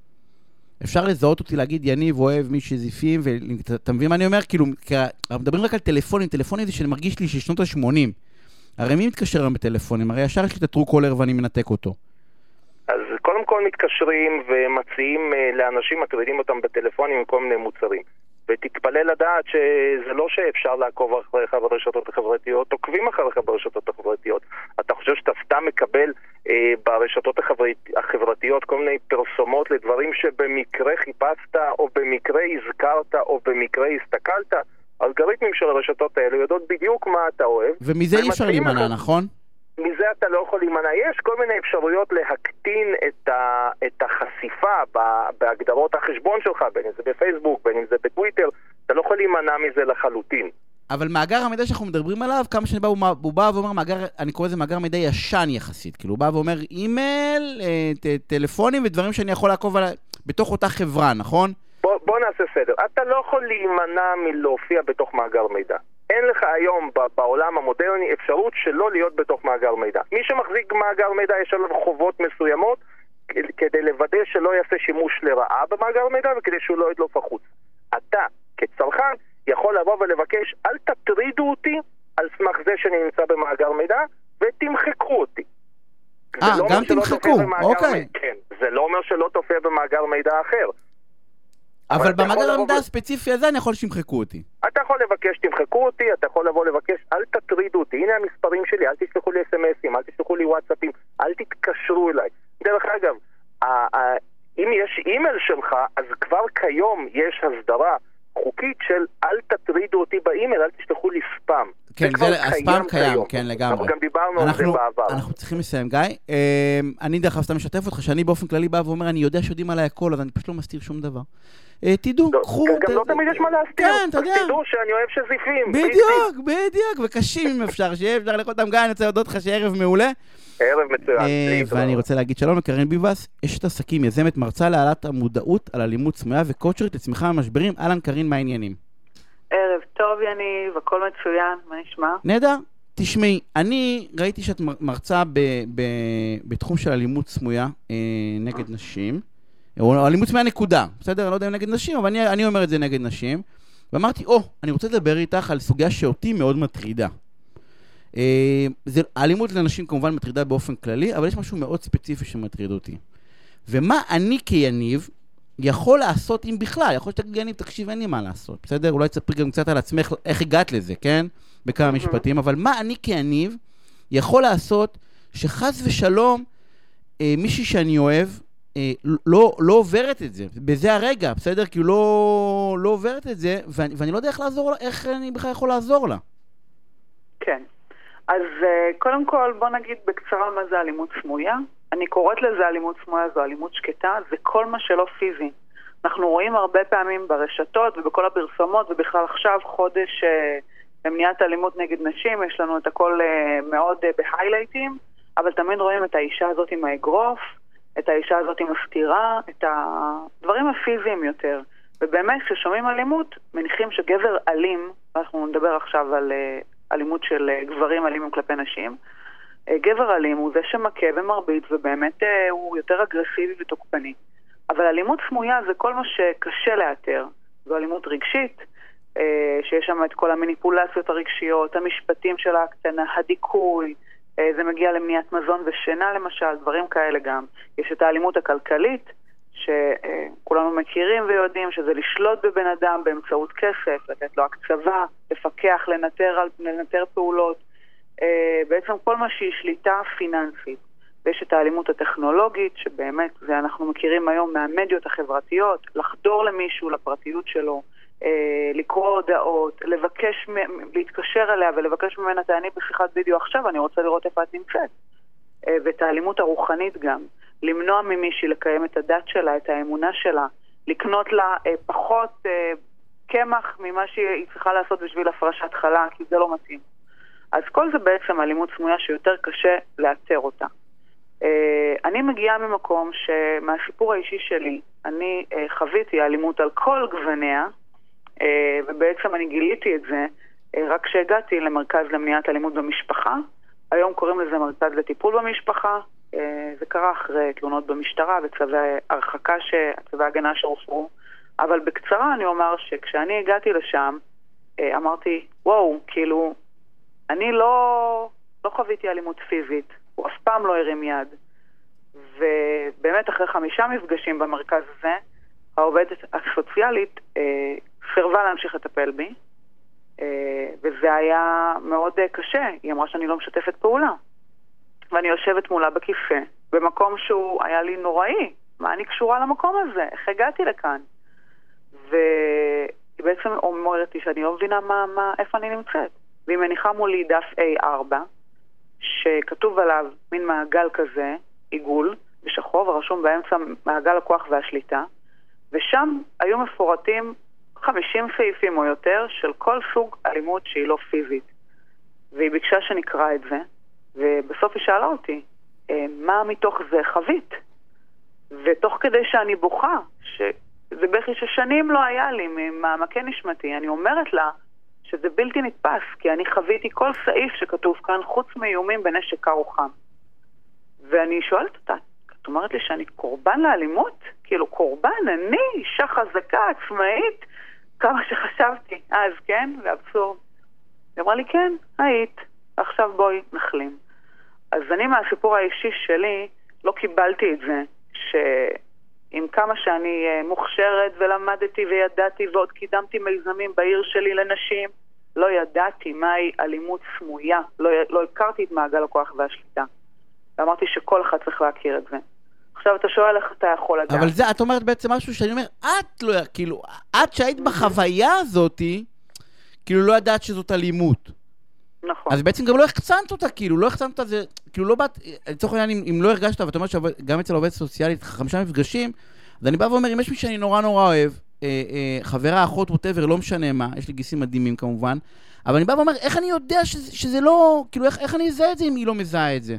אפשר לזהות אותי להגיד, יניב אוהב מי שזיפים, ואתה מבין מה אני אומר? כאילו, מדברים רק על טלפונים, טלפונים זה שמרגיש לי ששנות ה-שמונים. הרי מי מתקשר היום בטלפונים? הרי ישר יש לי את הטרו קולר ואני מנתק אותו. אז קודם כל מתקשרים ומציעים לאנשים, מטרידים אותם בטלפונים עם כל מיני מוצרים. ותתפלל לדעת שזה לא שאפשר לעקוב אחריך ברשתות החברתיות, עוקבים אחריך ברשתות החברתיות. אתה חושב שאתה סתם מקבל אה, ברשתות החברתיות כל מיני פרסומות לדברים שבמקרה חיפשת, או במקרה הזכרת, או במקרה הסתכלת? האלגוריתמים של הרשתות האלה יודעות בדיוק מה אתה אוהב. ומזה אי אפשר להימנע, נכון? מזה אתה לא יכול להימנע. יש כל מיני אפשרויות להקטין את, ה, את החשיפה בהגדרות החשבון שלך, בין אם זה בפייסבוק, בין אם זה בטוויטר, אתה לא יכול להימנע מזה לחלוטין. אבל מאגר המידע שאנחנו מדברים עליו, כמה שאני בא, הוא, הוא בא ואומר, מאגר, אני קורא לזה מאגר מידע ישן יחסית, כאילו הוא בא ואומר אימייל, ט, טלפונים ודברים שאני יכול לעקוב עליי בתוך אותה חברה, נכון? בוא, בוא נעשה סדר. אתה לא יכול להימנע מלהופיע בתוך מאגר מידע. אין לך היום בעולם המודרני אפשרות שלא להיות בתוך מאגר מידע. מי שמחזיק מאגר מידע יש עליו חובות מסוימות כדי לוודא שלא יעשה שימוש לרעה במאגר מידע וכדי שהוא לא ידלוף החוץ. אתה כצרכן יכול לבוא ולבקש, אל תטרידו אותי על סמך זה שאני נמצא במאגר מידע ותמחקו אותי. אה, גם תמחקו, אוקיי. כן, זה לא אומר שלא תופיע במאגר מידע אחר. אבל במאגר המידע הספציפי הזה אני יכול שימחקו אותי. אתה יכול לבקש, תמחקו אותי, אתה יכול לבוא לבקש, אל תטרידו אותי, הנה המספרים שלי, אל תשלחו לי אס-אמסים, אל תשלחו לי וואטסאפים, אל תתקשרו אליי. דרך אגב, אם יש אימייל שלך, אז כבר כיום יש הסדרה חוקית של אל תטרידו אותי באימייל, אל תשלחו לי ספאם. כן, הספאם קיים, כן, לגמרי. אנחנו גם דיברנו על זה בעבר. אנחנו צריכים לסיים, גיא. אני דרך כלל סתם משתף אותך, שאני באופן כללי בא ואומר, אני יודע שיודעים עליי הכל, אז אני פשוט לא מסתיר שום דבר. תדעו, קחו... גם לא תמיד יש מה להסתיר. כן, אתה יודע. תדעו שאני אוהב שזיפים. בדיוק, בדיוק, וקשים אם אפשר, שיהיה אפשר לכל אותם. גיא, אני רוצה להודות לך שערב מעולה. ערב מצוין. ואני רוצה להגיד שלום לקרן ביבס, אשת עסקים, יזמת, מרצה להעלאת המודעות על אלימות סמויה וקואוצ'רית לצמיחה במשברים. אהלן קרין, מה העניינים? ערב טוב יניב, הכל מצוין, מה נשמע? נהדר. תשמעי, אני ראיתי שאת מרצה בתחום של אלימות סמויה נגד נשים, או אלימות סמויה נקודה, בסדר? אני לא יודע אם נגד נשים, אבל אני, אני אומר את זה נגד נשים, ואמרתי, או, אני רוצה לדבר איתך על סוגיה שאותי מאוד מטרידה. זה, האלימות לנשים כמובן מטרידה באופן כללי, אבל יש משהו מאוד ספציפי שמטריד אותי. ומה אני כיניב יכול לעשות אם בכלל, יכול שתגיד יניב, תקשיב, אין לי מה לעשות, בסדר? אולי תספרי גם קצת על עצמך, איך הגעת לזה, כן? בכמה משפטים, אבל מה אני כיניב יכול לעשות שחס ושלום, אה, מישהי שאני אוהב, אה, לא, לא עוברת את זה, בזה הרגע, בסדר? כי הוא לא, לא עוברת את זה, ואני, ואני לא יודע איך לעזור לה, איך אני בכלל יכול לעזור לה. כן. אז קודם כל, בוא נגיד בקצרה מה זה אלימות סמויה. אני קוראת לזה אלימות סמויה, זו אלימות שקטה, זה כל מה שלא פיזי. אנחנו רואים הרבה פעמים ברשתות ובכל הפרסומות, ובכלל עכשיו חודש במניעת אלימות נגד נשים, יש לנו את הכל מאוד בהיילייטים, אבל תמיד רואים את האישה הזאת עם האגרוף, את האישה הזאת עם הסתירה, את הדברים הפיזיים יותר. ובאמת, כששומעים אלימות, מניחים שגבר אלים, אנחנו נדבר עכשיו על אלימות של גברים אלימים כלפי נשים, גבר אלים הוא זה שמכה ומרביץ, ובאמת הוא יותר אגרסיבי ותוקפני. אבל אלימות סמויה זה כל מה שקשה לאתר. זו אלימות רגשית, שיש שם את כל המניפולציות הרגשיות, המשפטים של ההקטנה, הדיכוי, זה מגיע למניעת מזון ושינה למשל, דברים כאלה גם. יש את האלימות הכלכלית, שכולנו מכירים ויודעים שזה לשלוט בבן אדם באמצעות כסף, לתת לו הקצבה, לפקח, לנטר, לנטר פעולות, בעצם כל מה שהיא שליטה פיננסית. ויש את האלימות הטכנולוגית, שבאמת זה אנחנו מכירים היום מהמדיות החברתיות, לחדור למישהו, לפרטיות שלו, לקרוא הודעות, לבקש, להתקשר אליה ולבקש ממנה, תעני בשיחת וידאו עכשיו, אני רוצה לראות איפה את נמצאת. ואת האלימות הרוחנית גם, למנוע ממישהי לקיים את הדת שלה, את האמונה שלה, לקנות לה פחות קמח ממה שהיא צריכה לעשות בשביל הפרשת חלה, כי זה לא מתאים. אז כל זה בעצם אלימות סמויה שיותר קשה לאתר אותה. אני מגיעה ממקום שמהסיפור האישי שלי, אני חוויתי אלימות על כל גווניה, ובעצם אני גיליתי את זה רק כשהגעתי למרכז למניעת אלימות במשפחה. היום קוראים לזה מרכז לטיפול במשפחה. זה קרה אחרי תלונות במשטרה וצווי הרחקה, צווי הגנה שהופרו. אבל בקצרה אני אומר שכשאני הגעתי לשם, אמרתי, וואו, כאילו, אני לא, לא חוויתי אלימות פיזית. הוא אף פעם לא הרים יד. ובאמת אחרי חמישה מפגשים במרכז הזה, העובדת הסוציאלית אה, סרבה להמשיך לטפל בי, אה, וזה היה מאוד אה, קשה. היא אמרה שאני לא משתפת פעולה. ואני יושבת מולה בכיסא, במקום שהוא היה לי נוראי. מה אני קשורה למקום הזה? איך הגעתי לכאן? והיא בעצם אומרת לי שאני לא מבינה מה, מה, איפה אני נמצאת. והיא מניחה מולי דף איי ארבע, שכתוב עליו מין מעגל כזה, עיגול, בשחור, ורשום באמצע מעגל הכוח והשליטה, ושם היו מפורטים חמישים סעיפים או יותר של כל סוג אלימות שהיא לא פיזית. והיא ביקשה שנקרא את זה, ובסוף היא שאלה אותי, מה מתוך זה חווית? ותוך כדי שאני בוכה, שזה בכי ששנים לא היה לי ממעמקי נשמתי, אני אומרת לה שזה בלתי נתפס, כי אני חוויתי כל סעיף שכתוב כאן, חוץ מאיומים בנשק קר או חם. ואני שואלת אותה, את אומרת לי שאני קורבן לאלימות? כאילו קורבן, אני אישה חזקה, עצמאית, כמה שחשבתי. אז כן, ואבסורד. היא אמרה לי, כן, היית, עכשיו בואי נחלים. אז אני מהסיפור האישי שלי לא קיבלתי את זה, שעם כמה שאני מוכשרת ולמדתי וידעתי ועוד קידמתי מיזמים בעיר שלי לנשים, לא ידעתי מהי אלימות סמויה, לא, לא הכרתי את מעגל הכוח והשליטה. ואמרתי שכל אחד צריך להכיר את זה. עכשיו אתה שואל איך אתה יכול לדעת. אבל זה, את אומרת בעצם משהו שאני אומר, את לא, כאילו, את שהיית בחוויה הזאת, כאילו לא ידעת שזאת אלימות. נכון. אז בעצם גם לא החצנת אותה, כאילו, לא החצנת אותה, זה, כאילו לא באת, לצורך העניין, אם, אם לא הרגשת, ואתה אומר שגם אצל עובדת סוציאלית, חמישה מפגשים, אז אני בא ואומר, אם יש מי שאני נורא נורא אוהב, אה, אה, חברה, אחות, whatever, לא משנה מה, יש לי גיסים מדהימים כמובן, אבל אני בא ואומר, איך אני יודע שזה, שזה לא, כאילו, איך, איך אני אזהה את זה אם היא לא מזהה את זה?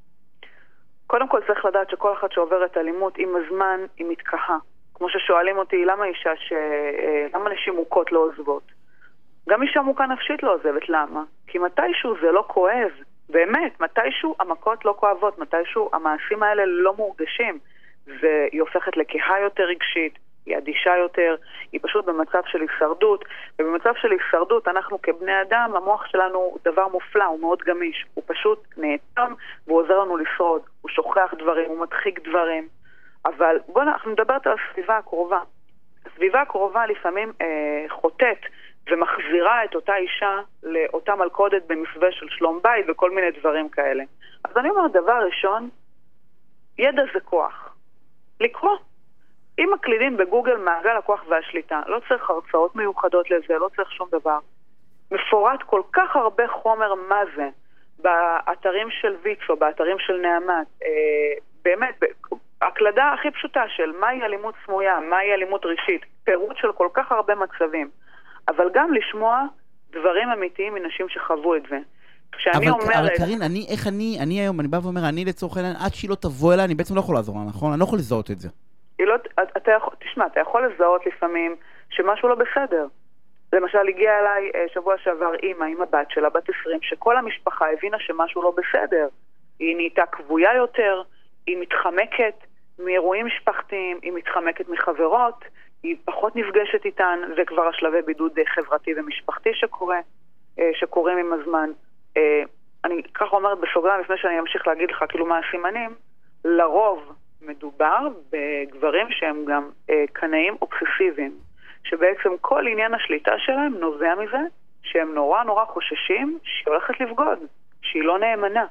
קודם כל צריך לדעת שכל אחת שעוברת אלימות, עם הזמן, היא מתקחה. כמו ששואלים אותי, למה אישה ש... למה נשים מוכות לא עוזבות? גם אישה מוכה נפשית לא עוזבת, למה? כי מתישהו זה לא כואב. באמת, מתישהו המכות לא כואבות, מתישהו המעשים האלה לא מורגשים. והיא הופכת לקהה יותר רגשית, היא אדישה יותר, היא פשוט במצב של הישרדות, ובמצב של הישרדות אנחנו כבני אדם, המוח שלנו הוא דבר מופלא, הוא מאוד גמיש, הוא פשוט נאטם והוא עוזר לנו לשרוד, הוא שוכח דברים, הוא מדחיק דברים, אבל בואו אנחנו מדברת על הסביבה הקרובה. הסביבה הקרובה לפעמים אה, חוטאת ומחזירה את אותה אישה לאותה מלכודת במסווה של שלום בית וכל מיני דברים כאלה. אז אני אומר, דבר ראשון, ידע זה כוח. לקרוא. אם מקלידים בגוגל מעגל הכוח והשליטה, לא צריך הרצאות מיוחדות לזה, לא צריך שום דבר. מפורט כל כך הרבה חומר מה זה, באתרים של ויצו, באתרים של נעמת, אה, באמת, הקלדה הכי פשוטה של מהי אלימות סמויה, מהי אלימות רגשית, פירוט של כל כך הרבה מצבים, אבל גם לשמוע דברים אמיתיים מנשים שחוו את זה. כשאני אבל, אומרת... אבל קרין, אני, איך אני, אני היום, אני בא ואומר, אני לצורך העניין, עד שהיא לא תבוא אליי, אני בעצם לא יכול לעזור לה, נכון? אני לא יכול לזהות את זה. לא, אתה יכול, תשמע, אתה יכול לזהות לפעמים שמשהו לא בסדר. למשל, הגיעה אליי שבוע שעבר אימא, עם הבת שלה, בת עשרים, שכל המשפחה הבינה שמשהו לא בסדר. היא נהייתה כבויה יותר, היא מתחמקת מאירועים משפחתיים, היא מתחמקת מחברות, היא פחות נפגשת איתן, זה כבר השלבי בידוד חברתי ומשפחתי שקורה, שקורים עם הזמן. אני ככה אומרת בסוגריים, לפני שאני אמשיך להגיד לך כאילו מה הסימנים, לרוב מדובר בגברים שהם גם קנאים אובססיביים, שבעצם כל עניין השליטה שלהם נובע מזה שהם נורא נורא חוששים שהיא הולכת לבגוד, שהיא לא נאמנה.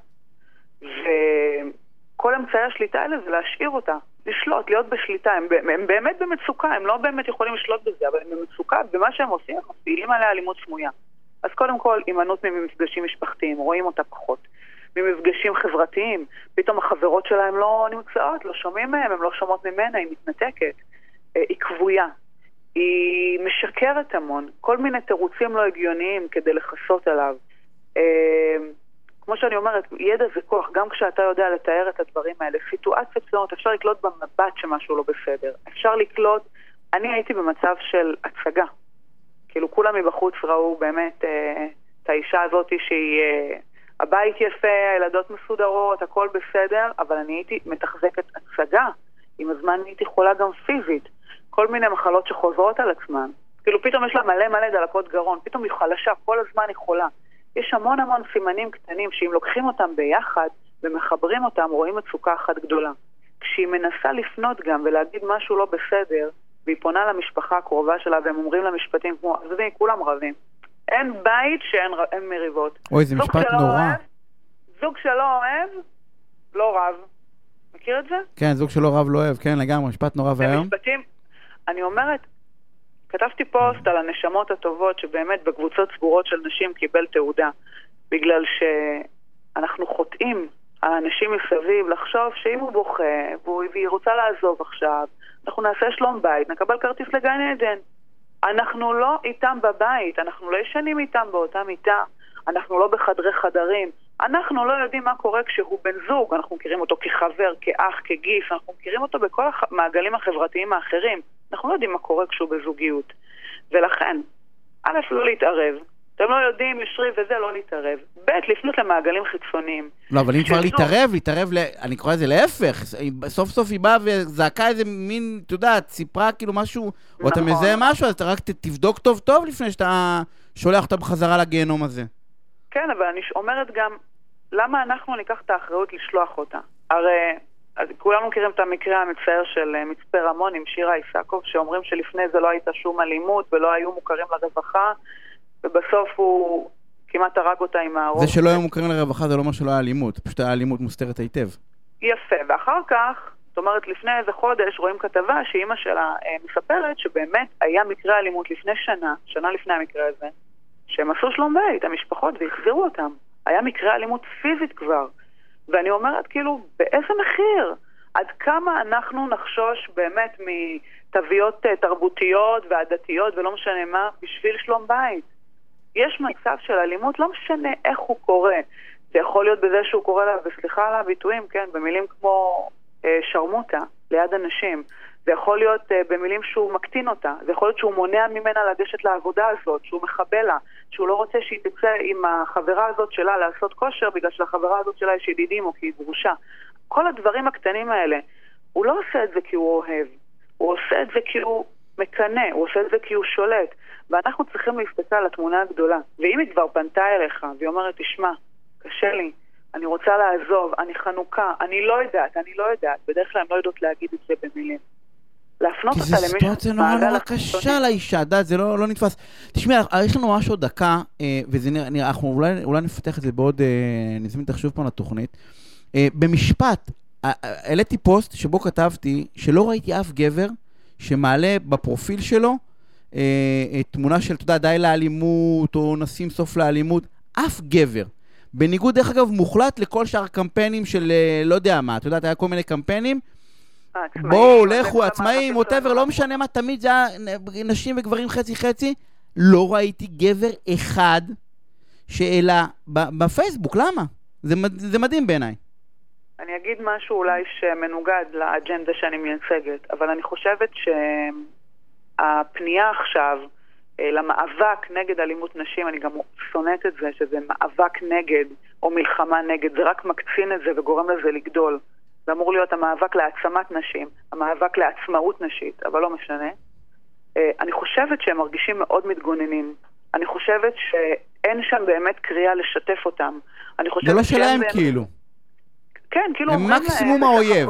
וכל אמצעי השליטה האלה זה להשאיר אותה, לשלוט, להיות בשליטה. הם, הם באמת במצוקה, הם לא באמת יכולים לשלוט בזה, אבל הם במצוקה, במה שהם עושים, הם מפעילים עליה אלימות סמויה. אז קודם כל, הימנעות ממפגשים משפחתיים, רואים אותה פחות. ממפגשים חברתיים, פתאום החברות שלהם לא נמצאות, לא שומעים מהם, הם לא שומעות ממנה, היא מתנתקת. היא כבויה. היא משקרת המון, כל מיני תירוצים לא הגיוניים כדי לחסות עליו. כמו שאני אומרת, ידע זה כוח, גם כשאתה יודע לתאר את הדברים האלה, סיטואציות שונות, אפשר לקלוט במבט שמשהו לא בסדר. אפשר לקלוט, אני הייתי במצב של הצגה. כאילו כולם מבחוץ ראו באמת אה, את האישה הזאת שהיא, אה, הבית יפה, הילדות מסודרות, הכל בסדר, אבל אני הייתי מתחזקת הצגה. עם הזמן הייתי חולה גם פיזית. כל מיני מחלות שחוזרות על עצמן. כאילו פתאום יש לה מלא מלא דלקות גרון, פתאום היא חלשה, כל הזמן היא חולה. יש המון המון סימנים קטנים שאם לוקחים אותם ביחד ומחברים אותם, רואים מצוקה אחת גדולה. כשהיא מנסה לפנות גם ולהגיד משהו לא בסדר, והיא פונה למשפחה הקרובה שלה והם אומרים לה משפטים כמו, עזבי, כולם רבים. אין בית שאין אין מריבות. אוי, זה משפט נורא. אוהב, זוג שלא אוהב, לא רב. מכיר את זה? כן, זוג שלא רב לא אוהב, כן, לגמרי, משפט נורא והיום. משפטים, אני אומרת, כתבתי פוסט על הנשמות הטובות שבאמת בקבוצות סגורות של נשים קיבל תעודה, בגלל שאנחנו חוטאים על האנשים מסביב לחשוב שאם הוא בוכה והיא רוצה לעזוב עכשיו, אנחנו נעשה שלום בית, נקבל כרטיס לגן עדן. אנחנו לא איתם בבית, אנחנו לא ישנים איתם באותה מיטה, אנחנו לא בחדרי חדרים, אנחנו לא יודעים מה קורה כשהוא בן זוג, אנחנו מכירים אותו כחבר, כאח, כגיס, אנחנו מכירים אותו בכל המעגלים החברתיים האחרים, אנחנו לא יודעים מה קורה כשהוא בזוגיות. ולכן, א', לא להתערב, אתם לא יודעים, ישרי וזה, לא להתערב. ב', לפנות למעגלים חיצוניים. לא, אבל אם כבר להתערב, להתערב, אני קורא לזה להפך, סוף סוף היא באה וזעקה איזה מין, אתה יודע, ציפרה כאילו משהו, או אתה מזהה משהו, אז אתה רק תבדוק טוב טוב לפני שאתה שולח אותה בחזרה לגיהנום הזה. כן, אבל אני אומרת גם, למה אנחנו ניקח את האחריות לשלוח אותה? הרי, אז כולנו מכירים את המקרה המצער של מצפה רמון עם שירה איסקוב, שאומרים שלפני זה לא הייתה שום אלימות ולא היו מוכרים לרווחה, ובסוף הוא כמעט הרג אותה עם הארוך. זה שלא היו מוכרים לרווחה זה לא מה שלא היה אלימות, פשוט היה אלימות מוסתרת היטב. יפה, ואחר כך, זאת אומרת, לפני איזה חודש רואים כתבה שאימא שלה אה, מספרת שבאמת היה מקרה אלימות לפני שנה, שנה לפני המקרה הזה, שהם עשו שלום בית, המשפחות, והחזירו אותם. היה מקרה אלימות פיזית כבר. ואני אומרת, כאילו, באיזה מחיר? עד כמה אנחנו נחשוש באמת מתוויות תרבותיות ועדתיות ולא משנה מה, בשביל שלום בית? יש מצב של אלימות, לא משנה איך הוא קורה. זה יכול להיות בזה שהוא קורא לה, וסליחה על הביטויים, כן, במילים כמו אה, שרמוטה, ליד אנשים. זה יכול להיות uh, במילים שהוא מקטין אותה, זה יכול להיות שהוא מונע ממנה לגשת לעבודה הזאת, שהוא מחבל לה, שהוא לא רוצה שהיא תצא עם החברה הזאת שלה לעשות כושר, בגלל שלחברה הזאת שלה יש ידידים או כי היא גרושה. כל הדברים הקטנים האלה, הוא לא עושה את זה כי הוא אוהב, הוא עושה את זה כי הוא מקנה, הוא עושה את זה כי הוא שולט, ואנחנו צריכים להסתכל על התמונה הגדולה. ואם היא כבר פנתה אליך, והיא אומרת, תשמע, קשה לי, אני רוצה לעזוב, אני חנוכה, אני לא יודעת, אני לא יודעת, בדרך כלל הם לא יודעות להגיד את זה במילים. להפנות אותה למישהו. כי זו סיטואציה נורא נורא קשה לאישה, דעת, זה לא נתפס. תשמע, יש לנו ממש עוד דקה, וזה נראה, אנחנו אולי נפתח את זה בעוד, נזמין תחשוב פה לתוכנית. במשפט, העליתי פוסט שבו כתבתי שלא ראיתי אף גבר שמעלה בפרופיל שלו תמונה של, אתה יודע, די לאלימות, או נשים סוף לאלימות, אף גבר. בניגוד, דרך אגב, מוחלט לכל שאר קמפיינים של, לא יודע מה, אתה יודע, היה כל מיני קמפיינים, בואו, לכו, עצמאים, whatever, לא משנה מה, תמיד זה היה נשים וגברים חצי חצי, לא ראיתי גבר אחד שאלה בפייסבוק, למה? זה מדהים בעיניי. אני אגיד משהו אולי שמנוגד לאג'נדה שאני מייצגת, אבל אני חושבת שהפנייה עכשיו למאבק נגד אלימות נשים, אני גם שונאת את זה, שזה מאבק נגד או מלחמה נגד, זה רק מקצין את זה וגורם לזה לגדול. זה אמור להיות המאבק להעצמת נשים, המאבק לעצמאות נשית, אבל לא משנה. אני חושבת שהם מרגישים מאוד מתגוננים. אני חושבת שאין שם באמת קריאה לשתף אותם. זה לא שלהם כאילו. כן, כאילו הם מקסימום האויב.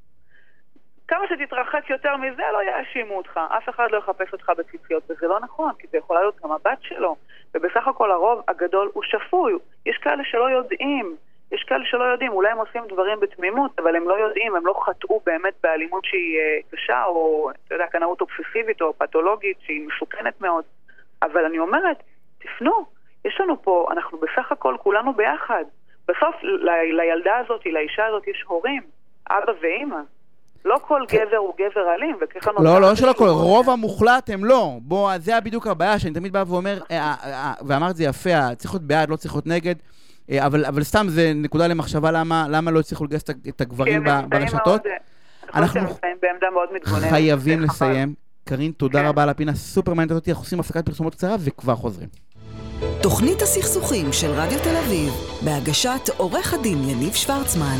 כמה שתתרחק יותר מזה לא יאשימו אותך. אף אחד לא יחפש אותך בציציות, וזה לא נכון, כי זה יכול להיות גם הבת שלו. ובסך הכל הרוב הגדול הוא שפוי. יש כאלה שלא יודעים. יש כאלה שלא יודעים, אולי הם עושים דברים בתמימות, אבל הם לא יודעים, הם לא חטאו באמת באלימות שהיא קשה, או, אתה יודע, קנאות אובססיבית או פתולוגית, שהיא מסוכנת מאוד. אבל אני אומרת, תפנו, יש לנו פה, אנחנו בסך הכל כולנו ביחד. בסוף, ל- לילדה הזאת, לאישה הזאת, יש הורים, אבא ואמא. לא כל גבר הוא גבר אלים, וככה נוצר... לא, לא של הכל, רוב המוחלט הם לא. בוא, זה בדיוק הבעיה, שאני תמיד בא ואומר, ואמר את זה יפה, צריך להיות בעד, לא צריך להיות נגד, אבל, אבל סתם זה נקודה למחשבה למה, למה לא הצליחו לגייס את הגברים ברשתות. אנחנו חייבים לסיים. קרין, תודה רבה על הפינה סופר מעניינת אותי, אנחנו עושים הפסקת פרסומות קצרה וכבר חוזרים. תוכנית הסכסוכים של רדיו תל אביב, בהגשת עורך הדין יניב שוורצמן.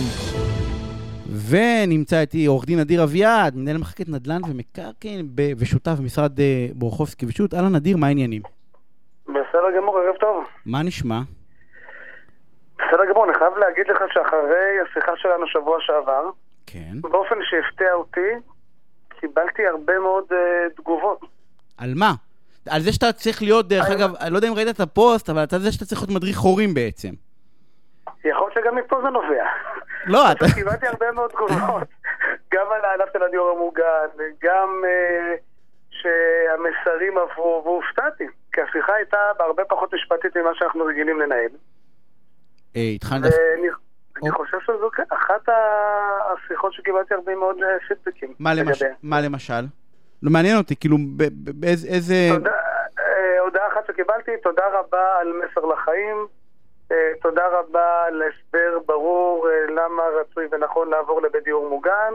ונמצא איתי עורך דין נדיר אביעד, מנהל מחלקת נדל"ן ומקרקעין ושותף במשרד בורחובסקי ושות'. אהלן נדיר, מה העניינים? בסדר גמור, ערב טוב. מה נשמע? בסדר גמור, אני חייב להגיד לך שאחרי השיחה שלנו שבוע שעבר, כן. באופן שהפתיע אותי, קיבלתי הרבה מאוד uh, תגובות. על מה? על זה שאתה צריך להיות, דרך אגב, אני לא יודע אם ראית את הפוסט, אבל אתה זה שאתה צריך להיות מדריך הורים בעצם. יכול שגם מפה זה נובע. לא, אתה... קיבלתי הרבה מאוד תגובות, גם על הענף של הדיור המוגן, גם uh, שהמסרים עברו, והופתעתי, כי השיחה הייתה בהרבה פחות משפטית ממה שאנחנו רגילים לנהל. התחלת... אני חושב שזו אחת השיחות שקיבלתי הרבה מאוד פידבקים. מה למשל? לא מעניין אותי, כאילו באיזה... הודעה אחת שקיבלתי, תודה רבה על מסר לחיים, תודה רבה על הסבר ברור למה רצוי ונכון לעבור לבית דיור מוגן,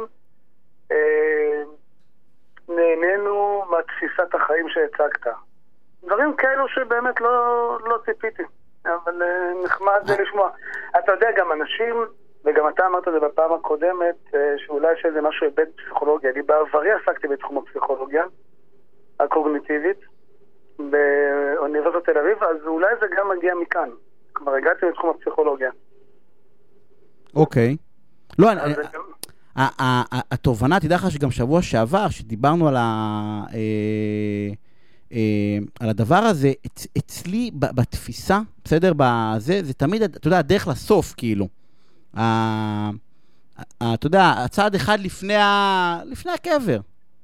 נהנינו מתפיסת החיים שהצגת. דברים כאלו שבאמת לא ציפיתי. אבל נחמד זה לשמוע. אתה יודע, גם אנשים, וגם אתה אמרת את זה בפעם הקודמת, שאולי יש איזה משהו היבט פסיכולוגיה. אני בעברי עסקתי בתחום הפסיכולוגיה הקוגניטיבית באוניברסיטת תל אביב, אז אולי זה גם מגיע מכאן. כבר הגעתי לתחום הפסיכולוגיה. אוקיי. לא, התובנה, תדע לך שגם שבוע שעבר, שדיברנו על ה... על הדבר הזה, אצלי בתפיסה, בסדר, בזה, זה תמיד, אתה יודע, הדרך לסוף, כאילו. אתה יודע, הצעד אחד לפני לפני הקבר.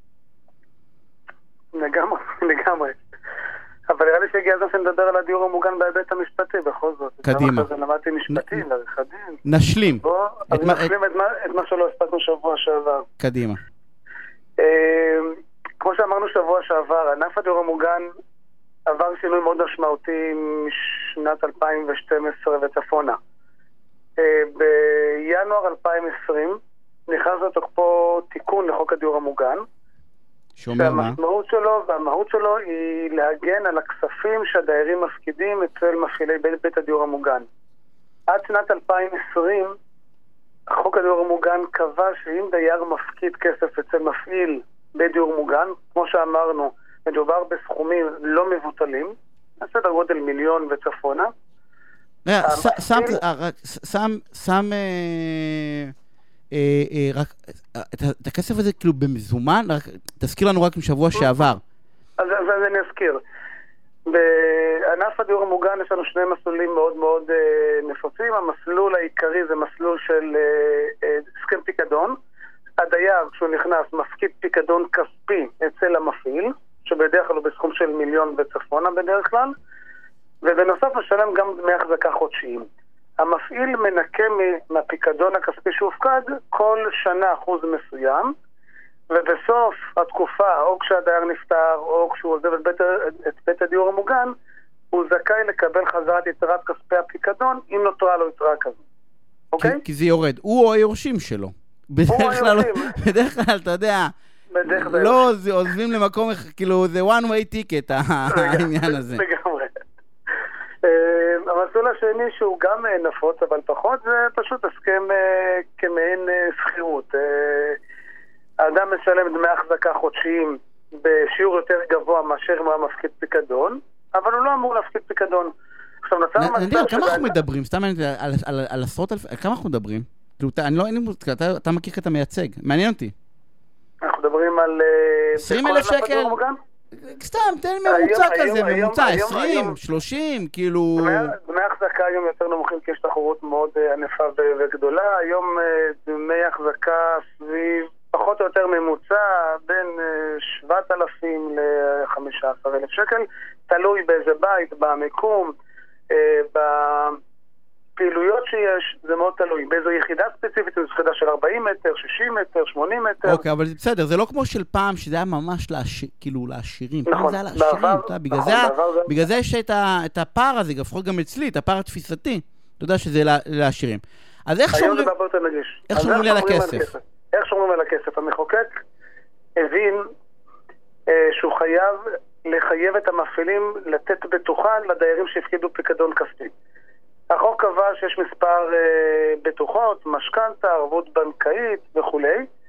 לגמרי, לגמרי. אבל נראה לי שהגיע הזמן שנדבר על הדיור המוגן בהיבט המשפטי, בכל זאת. קדימה. אז למדתי משפטי, לעריכת דין. נשלים. בוא, אז נשלים את מה שלא הספקנו שבוע שעבר. קדימה. כמו שאמרנו שבוע שעבר, ענף הדיור המוגן עבר שינוי מאוד משמעותי משנת אלפיים ושתים עשרה וצפונה. בינואר אלפיים ועשרים נכנס לתוקפו תיקון לחוק הדיור המוגן, שאומר מה? שהמשמעות שלו והמהות שלו היא להגן על הכספים שהדיירים מפקידים אצל מפעילי בית, בית הדיור המוגן. עד שנת אלפיים ועשרים חוק הדיור המוגן קבע שאם דייר מפקיד כסף אצל מפעיל בדיור מוגן, כמו שאמרנו, מדובר בסכומים לא מבוטלים, סדר גודל מיליון וצפונה. שם, שם, רק, את הכסף הזה כאילו במזומן, תזכיר לנו רק משבוע שעבר. אז אני אזכיר. בענף הדיור המוגן יש לנו שני מסלולים מאוד מאוד נפוצים. המסלול העיקרי זה מסלול של הסכם פיקדון. הדייר, כשהוא נכנס, מפקיד פיקדון כספי אצל המפעיל, שבדרך כלל הוא בסכום של מיליון וצפונה בדרך כלל, ובנוסף משלם גם דמי החזקה חודשיים. המפעיל מנקה מהפיקדון הכספי שהופקד כל שנה אחוז מסוים, ובסוף התקופה, או כשהדייר נפטר, או כשהוא עוזב את בית, את בית הדיור המוגן, הוא זכאי לקבל חזרת יתרת כספי הפיקדון, אם נותרה לו יתרה כזו. אוקיי? כי, כי זה יורד. הוא או היורשים שלו. בדרך כלל, בדרך כלל, אתה יודע, לא עוזבים למקום, כאילו, זה one way ticket, העניין הזה. לגמרי. המסלול השני שהוא גם נפוץ, אבל פחות, זה פשוט הסכם כמעין שכירות. האדם משלם דמי החזקה חודשיים בשיעור יותר גבוה מאשר מה מפקיד פיקדון, אבל הוא לא אמור להפקיד פיקדון. עכשיו נוצר מצב... כמה אנחנו מדברים? סתם על עשרות אלפי... כמה אנחנו מדברים? אתה מכיר כי אתה מייצג. מעניין אותי. אנחנו מדברים על... עשרים אלף שקל? סתם, תן ממוצע כזה, ממוצע, עשרים, שלושים, כאילו... דמי החזקה היום יותר נמוכים כי יש תחרות מאוד ענפה וגדולה. היום דמי החזקה סביב פחות או יותר ממוצע בין שבעת אלפים ל-חמישה עשר אלף שקל, תלוי באיזה בית, במיקום, בפעילויות שיש, זה מאוד תלוי. באיזו יחידה ספציפית, זו יחידה של ארבעים מטר, שישים מטר, שמונים מטר. אוקיי, אבל בסדר, זה לא כמו של פעם, שזה היה ממש כאילו לעשירים. נכון, זה היה לעשירים, בגלל זה יש את הפער הזה, לפחות גם אצלי, את הפער התפיסתי. אתה יודע שזה לעשירים. אז איך שומרים... היום זה הרבה יותר נגיש. איך שומרים לי על הכסף? איך שומרים על הכסף? המחוקק הבין אה, שהוא חייב לחייב את המפעילים לתת בטוחה לדיירים שהפקידו פיקדון כספי. החוק קבע שיש מספר אה, בטוחות, משכנתה, ערבות בנקאית וכו'.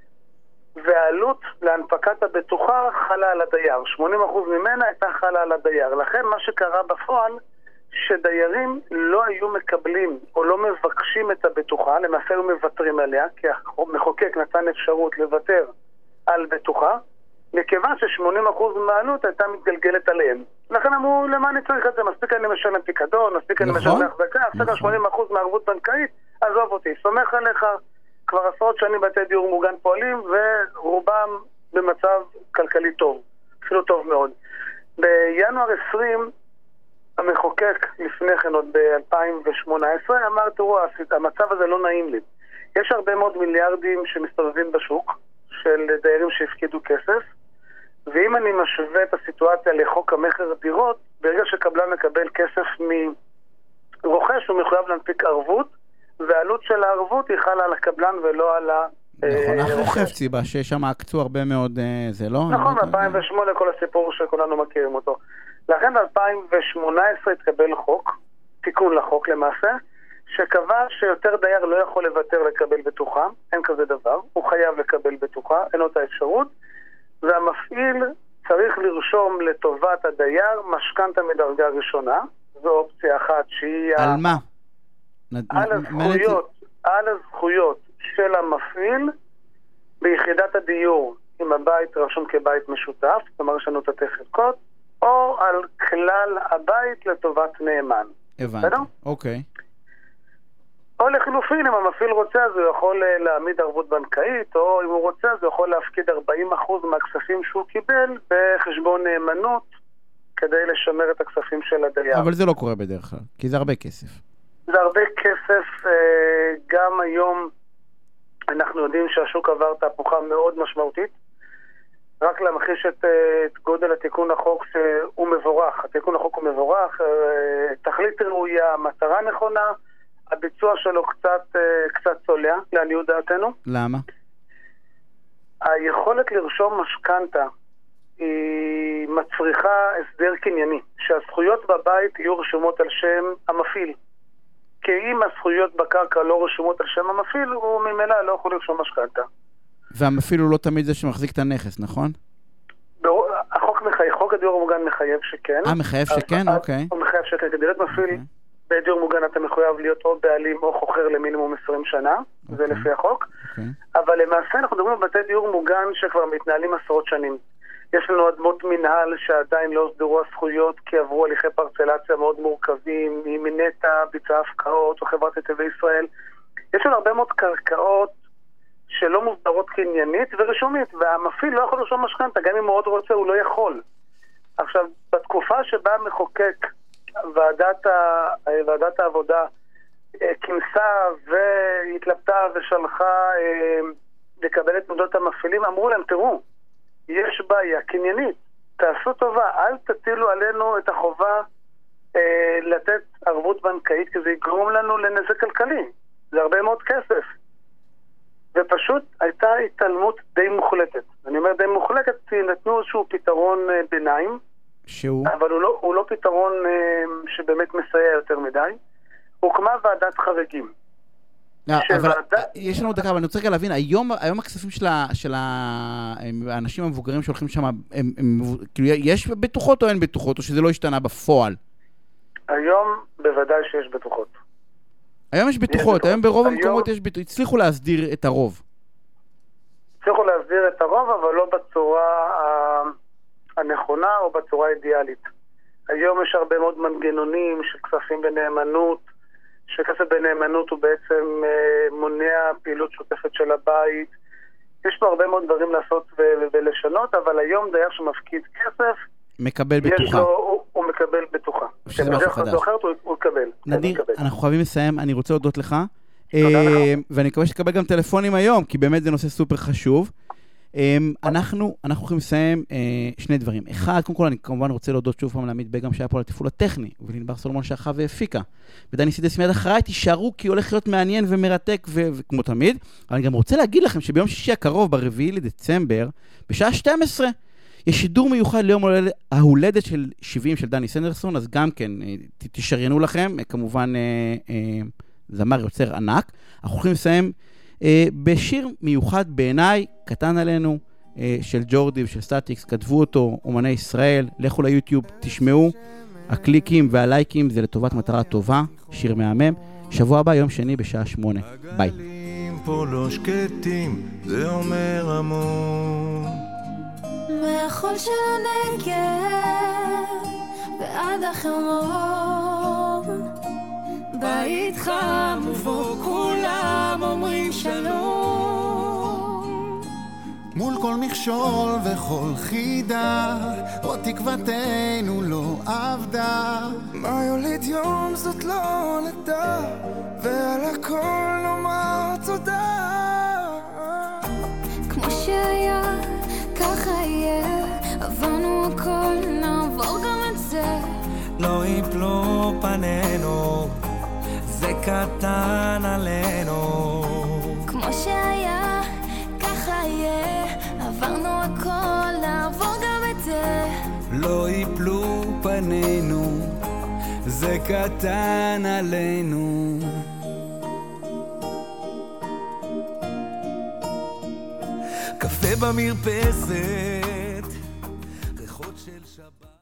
והעלות להנפקת הבטוחה חלה על הדייר. שמונים אחוז ממנה הייתה חלה על הדייר. לכן מה שקרה בפועל, שדיירים לא היו מקבלים או לא מבקשים את הבטוחה, למעשה היו מוותרים עליה, כי המחוקק נתן אפשרות לוותר על בטוחה, מכיוון ש-שמונים אחוז מהעלות הייתה מתגלגלת עליהם. לכן אמרו, למה אני צריך את זה? מספיק אני משלם פיקדון, מספיק אני משלם החזקה, עכשיו שמונים אחוז מהערבות בנקאית, עזוב אותי, סומך עליך. כבר עשרות שנים בתי דיור מוגן פועלים, ורובם במצב כלכלי טוב, אפילו טוב מאוד. בינואר עשרים, המחוקק לפני כן, עוד ב-אלפיים שמונה עשרה, אמר, תראו, המצב הזה לא נעים לי. יש הרבה מאוד מיליארדים שמסתובבים בשוק, של דיירים שהפקידו כסף, ואם אני משווה את הסיטואציה לחוק המכר דירות, ברגע שקבלן מקבל כסף מרוכש, הוא מחויב להנפיק ערבות, והעלות של הערבות היא חלה על הקבלן ולא על ה... נכון, אנחנו חפצי בה, ששם עקצו הרבה מאוד, זה לא? נכון, ב-אלפיים ושמונה כל הסיפור שכולנו מכירים אותו. לכן ב-אלפיים שמונה עשרה התקבל חוק, תיקון לחוק למעשה, שקבע שיותר דייר לא יכול לוותר לקבל בטוחה, אין כזה דבר, הוא חייב לקבל בטוחה, אין אותה אפשרות, והמפעיל צריך לרשום לטובת הדייר משכנתה מדרגה ראשונה, זו אופציה אחת שהיא... על מה? על הזכויות, על הזכויות של המפעיל ביחידת הדיור, אם הבית רשום כבית משותף, כלומר יש לנו תתי חלקות, או על כלל הבית לטובת נאמן. הבנתי, אוקיי. או לחילופין, אם המפעיל רוצה, אז הוא יכול להעמיד ערבות בנקאית, או אם הוא רוצה, אז הוא יכול להפקיד ארבעים אחוז מהכספים שהוא קיבל בחשבון נאמנות, כדי לשמר את הכספים של הדייר. אבל זה לא קורה בדרך כלל, כי זה הרבה כסף. זה הרבה כסף, גם היום אנחנו יודעים שהשוק עבר תהפוכה מאוד משמעותית. רק להמחיש את, את גודל התיקון לחוק שהוא מבורך. התיקון לחוק הוא מבורך, תכלית ראויה, מטרה נכונה, הביצוע שלו קצת, קצת צולע, לעניות דעתנו. למה? היכולת לרשום משכנתה היא מצריכה הסדר קנייני, שהזכויות בבית יהיו רשומות על שם המפעיל. כי אם הזכויות בקרקע לא רשומות על שם המפעיל, הוא ממילא לא יכול לרשום משכנתה. והמפעיל הוא לא תמיד זה שמחזיק את הנכס, נכון? החוק מחייב, חוק הדיור המוגן מחייב שכן. אה, מחייב שכן? אוקיי. הוא מחייב שכן, כדי להיות מפעיל בדיור מוגן אתה מחויב להיות או בעלים או חוכר למינימום עשרים שנה, okay. זה לפי החוק. Okay. אבל למעשה אנחנו מדברים על בתי דיור מוגן שכבר מתנהלים עשרות שנים. יש לנו אדמות מנהל שעדיין לא הוסדרו הזכויות כי עברו הליכי פרצלציה מאוד מורכבים, מנטע, ביצע הפקעות או חברת נתיבי ישראל. יש לנו הרבה מאוד קרקעות שלא מוסדרות קניינית ורשומית, והמפעיל לא יכול לרשום משכנתא, גם אם מאוד רוצה הוא לא יכול. עכשיו, בתקופה שבה מחוקק ועדת, ה... ועדת העבודה כינסה והתלבטה ושלחה לקבל את תעודות המפעילים, אמרו להם, תראו, יש בעיה קניינית, תעשו טובה, אל תטילו עלינו את החובה אה, לתת ערבות בנקאית, כי זה יגרום לנו לנזק כלכלי. זה הרבה מאוד כסף. ופשוט הייתה התעלמות די מוחלטת. אני אומר די מוחלטת, כי נתנו איזשהו פתרון אה, ביניים, שהוא? אבל הוא לא, הוא לא פתרון אה, שבאמת מסייע יותר מדי. הוקמה ועדת חריגים. אבל יש לנו דקה, אבל אני רוצה רגע להבין, היום הכספים של האנשים המבוגרים שהולכים שם, יש בטוחות או אין בטוחות, או שזה לא השתנה בפועל? היום בוודאי שיש בטוחות. היום יש בטוחות, היום ברוב המקומות יש בטוחות, הצליחו להסדיר את הרוב. הצליחו להסדיר את הרוב, אבל לא בצורה הנכונה או בצורה האידיאלית. היום יש הרבה מאוד מנגנונים של כספים בנאמנות, שכסף בנאמנות הוא בעצם אה, מונע פעילות שוטפת של הבית. יש פה הרבה מאוד דברים לעשות ו- ולשנות, אבל היום דייר שמפקיד כסף, מקבל בטוחה. לו, הוא, הוא מקבל בטוחה. שזה משהו חדש. אחרת הוא, הוא יקבל. נדיר, מקבל. אנחנו חייבים לסיים, אני רוצה להודות לך. תודה אה, לך. ואני מקווה שתקבל גם טלפונים היום, כי באמת זה נושא סופר חשוב. אנחנו, אנחנו יכולים לסיים שני דברים. אחד, קודם כל אני כמובן רוצה להודות שוב פעם לעמית בגם שהיה פה על התפעול הטכני, ולנבר סולומון שערכה והפיקה. ודני סידס מיד אחריי, תישארו כי הולך להיות מעניין ומרתק וכמו תמיד. אבל אני גם רוצה להגיד לכם שביום שישי הקרוב, ברביעי לדצמבר, בשעה שתים עשרה, יש שידור מיוחד ליום ההולדת של שבעים של דני סנדרסון, אז גם כן תשריינו לכם, כמובן זמר יוצר ענק. אנחנו יכולים לסיים בשיר מיוחד בעיניי, קטן עלינו, של ג'ורדי ושל סטטיקס, כתבו אותו אומני ישראל, לכו ליוטיוב, תשמעו, הקליקים והלייקים זה לטובת מטרה טובה, שיר מהמם. שבוע הבא, יום שני בשעה שמונה. ביי. הגלים פה לא שקטים, זה אומר המון. מהחול של הנגב ועד החרמון, בית חם ובו כולם אומרים שלום. מול כל מכשול וכל חידה, עוד תקוותנו לא עבדה. מה יוליד יום זאת לא נדע, ועל הכל נאמר תודה. כמו שהיה, ככה יהיה, עברנו הכל, נעבור גם את זה. לא יפלו פנינו, זה קטן עלינו. כמו שהיה, ככה יהיה, עברנו הכל, נעבור גם את זה. לא יפלו פנינו, זה קטן עלינו. קפה במרפסת, ריחות של שבת.